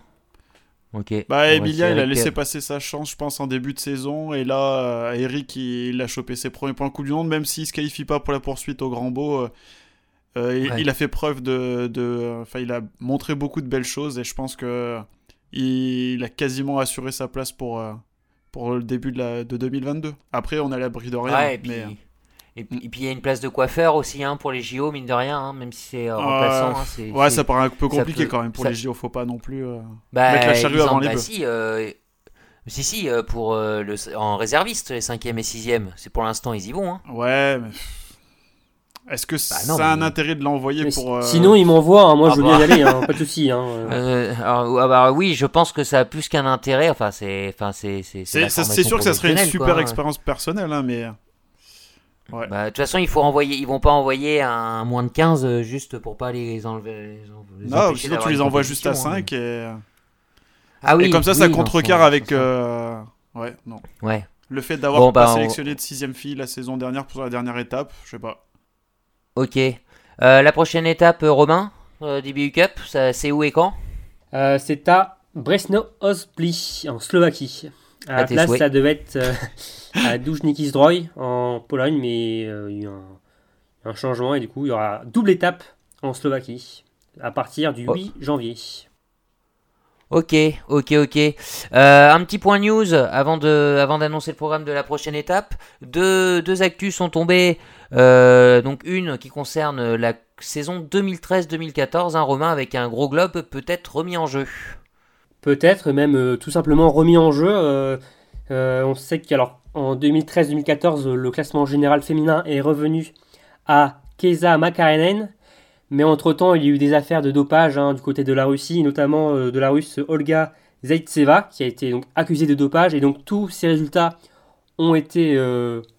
Ok. Bah, Emilien, il a Eric... laissé passer sa chance, je pense, en début de saison. Et là, euh, Eric, il, il a chopé ses premiers points en Coupe du Monde, même s'il ne se qualifie pas pour la poursuite au Grand Beau. Euh, euh, il, ouais. il a fait preuve de, de. Enfin, il a montré beaucoup de belles choses et je pense que il, il a quasiment assuré sa place pour, euh, pour le début de, la, de deux mille vingt-deux. Après, on a l'abri de rien. Ouais, et puis... mais... Et puis il y a une place de coiffeur aussi hein, pour les J O, mine de rien, hein, même si c'est euh, remplaçant. Euh, hein, c'est, ouais, c'est... ça paraît un peu compliqué peut... quand même pour ça... les J O, faut pas non plus euh... bah, mettre la charrue avant les bah, bœufs. Si, euh... si, si, euh, pour, euh, le... en réserviste, les cinquième et sixième, c'est pour l'instant, ils y vont. Hein. Ouais, mais... Est-ce que bah, non, ça a mais... un intérêt de l'envoyer mais pour... Euh... Sinon, ils m'envoient, hein, moi ah je veux bah. bien y aller, hein, pas de soucis. Hein. Euh, alors, ah bah, oui, je pense que ça a plus qu'un intérêt, enfin, c'est, enfin, c'est, c'est, c'est, c'est, c'est sûr que ça serait une super quoi, expérience personnelle, hein, mais... Ouais. Bah, de toute façon, il faut envoyer. Ils vont pas envoyer un moins de quinze euh, juste pour pas les enlever. Les non, sinon tu les envoies juste à cinq hein. et. Ah oui. Et comme ça, oui, ça contrecarre avec. Sens, euh... Ouais, non. Ouais. Le fait d'avoir bon, pas bah, sélectionné on... de sixième fille la saison dernière pour la dernière étape, je sais pas. Ok. Euh, la prochaine étape, euh, Romain, euh, du B U Cup, ça, c'est où et quand euh, C'est à Bresno-Ostli, en Slovaquie. À la place, souhaits. Ça devait être euh, à Doužnický-Zdroj en Pologne, mais euh, il y a eu un, un changement et du coup, il y aura double étape en Slovaquie à partir du huit janvier. Ok, ok, ok. Euh, un petit point news avant, de, avant d'annoncer le programme de la prochaine étape. Deux, deux actus sont tombées. Euh, donc une qui concerne la saison deux mille treize deux mille quatorze, un hein, Romain, avec un gros globe peut-être remis en jeu. Peut-être, même euh, tout simplement remis en jeu. Euh, euh, on sait qu'en deux mille treize deux mille quatorze, le classement général féminin est revenu à Kaisa Makarainen. Mais entre-temps, il y a eu des affaires de dopage hein, du côté de la Russie, notamment euh, de la Russe Olga Zaitseva, qui a été donc accusée de dopage. Et donc tous ces résultats ont été euh,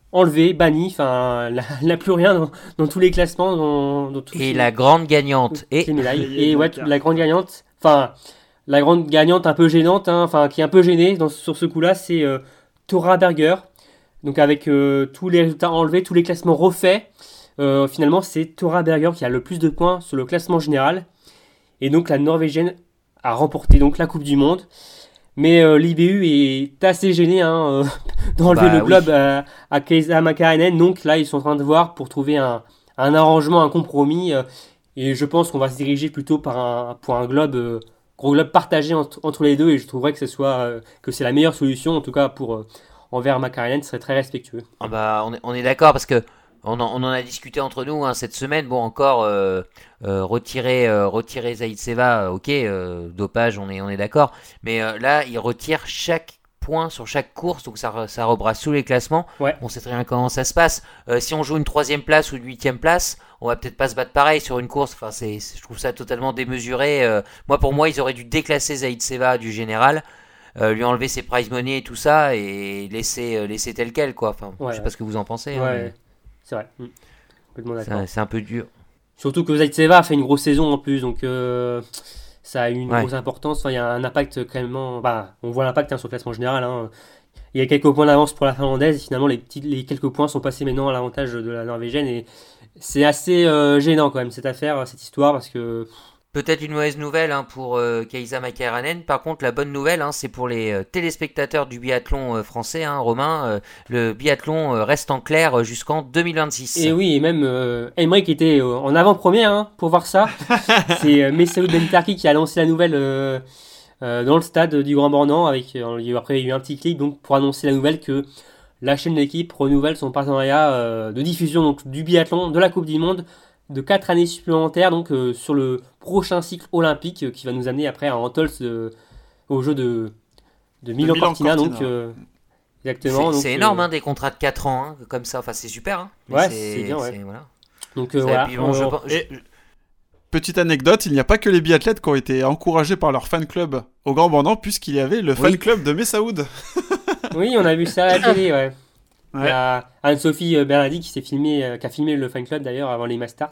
enlevée, bannie, enfin, elle n'a plus rien dans, dans tous les classements, dans, dans tous Et ces- la grande gagnante. toutes Et les médailles. Et Et ouais, Dakar. la grande gagnante, enfin, la grande gagnante un peu gênante, hein, enfin, qui est un peu gênée dans, sur ce coup-là, c'est euh, Thora Berger. Donc avec euh, tous les résultats enlevés, tous les classements refaits, euh, finalement, c'est Thora Berger qui a le plus de points sur le classement général. Et donc la Norvégienne a remporté donc la Coupe du Monde. Mais euh, l'I B U est assez gêné hein, euh, d'enlever Bah le oui. globe à, à Kaisa Makarainen. Donc là, ils sont en train de voir pour trouver un, un arrangement, un compromis. euh, et je pense qu'on va se diriger plutôt par un, pour un globe, euh, gros globe partagé entre, entre les deux. Et je trouverais que, ce soit, euh, que c'est la meilleure solution, en tout cas pour euh, envers Makarainen, ce serait très respectueux. Ah bah, on est, on est d'accord parce que on en, on en a discuté entre nous hein, cette semaine. Bon, encore euh, euh, retirer, euh, retirer Zaïtseva, euh, ok, euh, dopage, on est, on est d'accord. Mais euh, là, il retire chaque point sur chaque course, donc ça, re- ça rebrasse tous les classements. Ouais. On sait très bien comment ça se passe. Euh, si on joue une troisième place ou une huitième place, on va peut-être pas se battre pareil sur une course. Enfin, c'est, c'est- je trouve ça totalement démesuré. Euh, moi, pour moi, ils auraient dû déclasser Zaïtseva du général. Euh, lui enlever ses prize money et tout ça et laisser, euh, laisser tel quel quoi. Enfin, Ouais. je sais pas ce que vous en pensez. hein, Ouais, mais c'est vrai. Mm. Complètement c'est, d'accord. un- c'est un peu dur. Surtout que Zaïtseva a fait une grosse saison en plus, donc euh, ça a eu une Ouais. grosse importance. Enfin, il y a un impact quand même. Bah, on voit l'impact hein, sur le classement général. hein. Il y a quelques points d'avance pour la Finlandaise. Et finalement, les, petits, les quelques points sont passés maintenant à l'avantage de la Norvégienne. Et c'est assez euh, gênant quand même cette affaire, cette histoire, parce que Peut-être une mauvaise nouvelle hein, pour euh, Kaisa Makarainen. Par contre, la bonne nouvelle, hein, c'est pour les euh, téléspectateurs du biathlon euh, français, hein, Romain. euh, le biathlon euh, reste en clair euh, jusqu'en deux mille vingt-six. et oui, et même euh, Emmerich était euh, en avant-première hein, pour voir ça. C'est euh, Messaoud Bentarki qui a lancé la nouvelle euh, euh, dans le stade du Grand Bornand. Avec, euh, il y a eu- après, il y a eu un petit clic donc, pour annoncer la nouvelle que la chaîne de l'équipe renouvelle son partenariat euh, de diffusion donc, du biathlon, de la Coupe du Monde, de quatre années supplémentaires donc, euh, sur le prochain cycle olympique euh, qui va nous amener après à Antols euh, au jeu de, de Milan-Cortina. Milan-Cortina. Donc, euh, C'est, exactement. donc, c'est énorme, euh, hein, des contrats de quatre ans, hein, comme ça. Enfin, c'est super. Hein, mais Ouais, c'est bien, ouais. c'est- voilà. donc euh, Ça, voilà. et puis, bon, je on- pense- je- Et- Petite anecdote, il n'y a pas que les biathlètes qui ont été encouragés par leur fan club au Grand Bornand, puisqu'il y avait le fan Oui. club de Messaoud. Oui, on a vu ça à la télé, ouais. Il y a Anne-Sophie euh, Bernardi qui s'est filmé, euh, qui a filmé le fan club d'ailleurs avant les Mastart.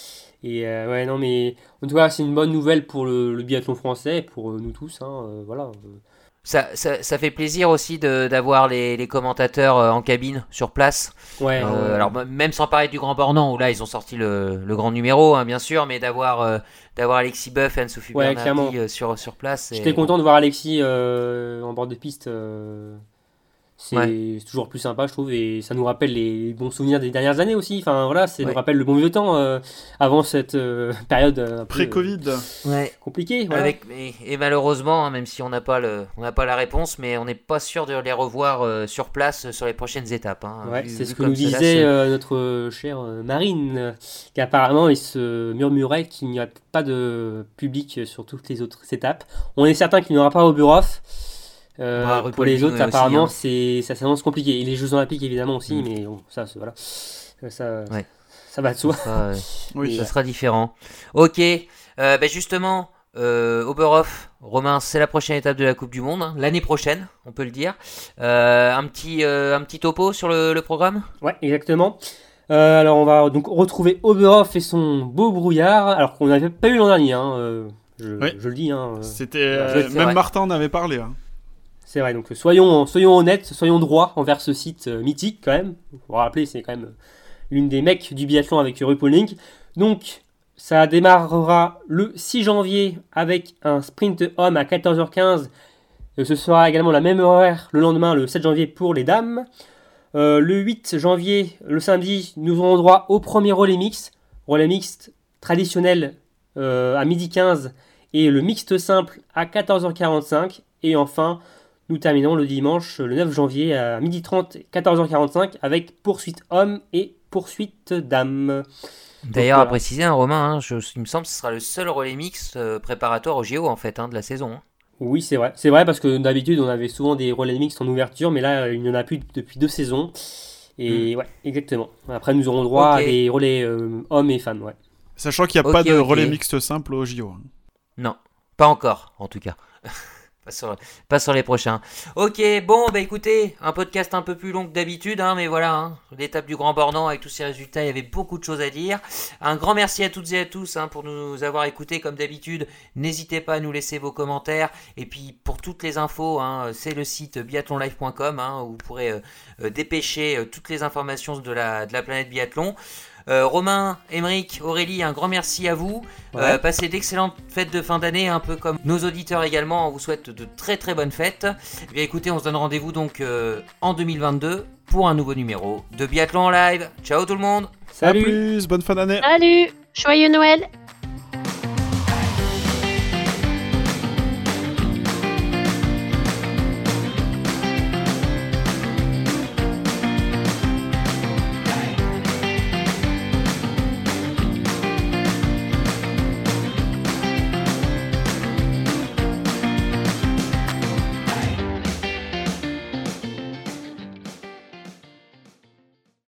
Et euh, ouais, non, mais en tout cas, c'est une bonne nouvelle pour le, le biathlon français, et pour euh, nous tous. Hein, euh, voilà. ça, ça, ça fait plaisir aussi de, d'avoir les, les commentateurs euh, en cabine, sur place. Ouais, Euh, ouais. alors m- même sans parler du Grand Bornand où là ils ont sorti le, le grand numéro hein, bien sûr, mais d'avoir euh, d'avoir Alexis Boeuf et Anne-Sophie Ouais, Bernardi clairement. euh, sur sur place. J'étais et- content de voir Alexis euh, en bord de piste. euh, c'est Ouais. c'est toujours plus sympa, je trouve, et ça nous rappelle les bons souvenirs des dernières années aussi. Enfin voilà, ça Ouais. nous rappelle le bon vieux temps euh, avant cette euh, période euh, un peu, Pré-Covid. euh, Ouais. compliquée. Voilà. Avec, et, et malheureusement, hein, même si on n'a pas le, on n'a pas la réponse, mais on n'est pas sûr de les revoir euh, sur place euh, sur les prochaines étapes. Hein, Ouais, Vu- c'est ce vu que comme nous cela, disait c'est- euh, notre chère euh, Marine, euh, qu'apparemment il se murmurait qu'il n'y a pas de public sur toutes les autres étapes. On est certain qu'il n'y aura pas au Burhoff. Euh, Bah, pour les Rupolding, autres, ouais, aussi, apparemment, hein. c'est, ça s'annonce compliqué. Et les Jeux Olympiques, évidemment, aussi, Mm. mais bon, ça, c'est- voilà. Euh, Ça, Ouais. ça va de ça soi. sera, euh, Oui. ça sera différent. Ok, euh, bah justement, euh, Oberhof, Romain, c'est la prochaine étape de la Coupe du Monde, hein, l'année prochaine, on peut le dire. Euh, un petit, euh, un petit topo sur le, le programme. Ouais, exactement. Euh, alors, on va donc retrouver Oberhof et son beau brouillard, alors qu'on n'avait pas eu l'an dernier, hein, euh, je, Ouais. je le dis. Hein, euh. C'était Ouais, euh, c'est même vrai. Martin en avait parlé. hein. C'est vrai, donc soyons, soyons honnêtes, soyons droits envers ce site euh, mythique quand même. Il faut rappeler, c'est quand même euh, l'une des mecs du biathlon avec Rupolding. Donc, ça démarrera le six janvier avec un sprint homme à quatorze heures quinze. Euh, ce sera également la même horaire le lendemain, le sept janvier, pour les dames. Euh, le huit janvier, le samedi, nous aurons droit au premier relais mixte. Relais mixte traditionnel euh, à midi quinze et le mixte simple à quatorze heures quarante-cinq. Et enfin, nous terminons le dimanche, le neuf janvier, à midi trente et quatorze heures quarante-cinq avec poursuite hommes et poursuite dames. D'ailleurs, voilà. à préciser, hein, Romain, hein, je- il me semble que ce sera le seul relais mix euh, préparatoire au J O en fait hein, de la saison. hein. Oui, c'est vrai. C'est vrai parce que d'habitude, on avait souvent des relais mixtes en ouverture, mais là, il n'y en a plus depuis deux saisons. Et ouais, exactement. Après, nous aurons droit Ok. à des relais euh, hommes et femmes, ouais. Sachant qu'il n'y a Ok, pas de ok. relais mixte simple au J O. hein. Non, pas encore, en tout cas. Pas sur, pas sur les prochains. Ok, bon, bah écoutez, un podcast un peu plus long que d'habitude, hein, mais voilà, hein, l'étape du Grand Bornand avec tous ces résultats, il y avait beaucoup de choses à dire. Un grand merci à toutes et à tous hein, pour nous avoir écoutés comme d'habitude. N'hésitez pas à nous laisser vos commentaires. Et puis pour toutes les infos, hein, c'est le site biathlon live point com hein, où vous pourrez euh, euh, dépêcher euh, toutes les informations de la, de la planète biathlon. Euh, Romain, Émeric, Aurélie, un grand merci à vous. Ouais. Euh, passez d'excellentes fêtes de fin d'année, un peu comme nos auditeurs également. On vous souhaite de très très bonnes fêtes. Et bien écoutez, on se donne rendez-vous donc euh, en deux mille vingt-deux pour un nouveau numéro de Biathlon en live. Ciao tout le monde. Salut. À plus, bonne fin d'année. Salut, joyeux Noël.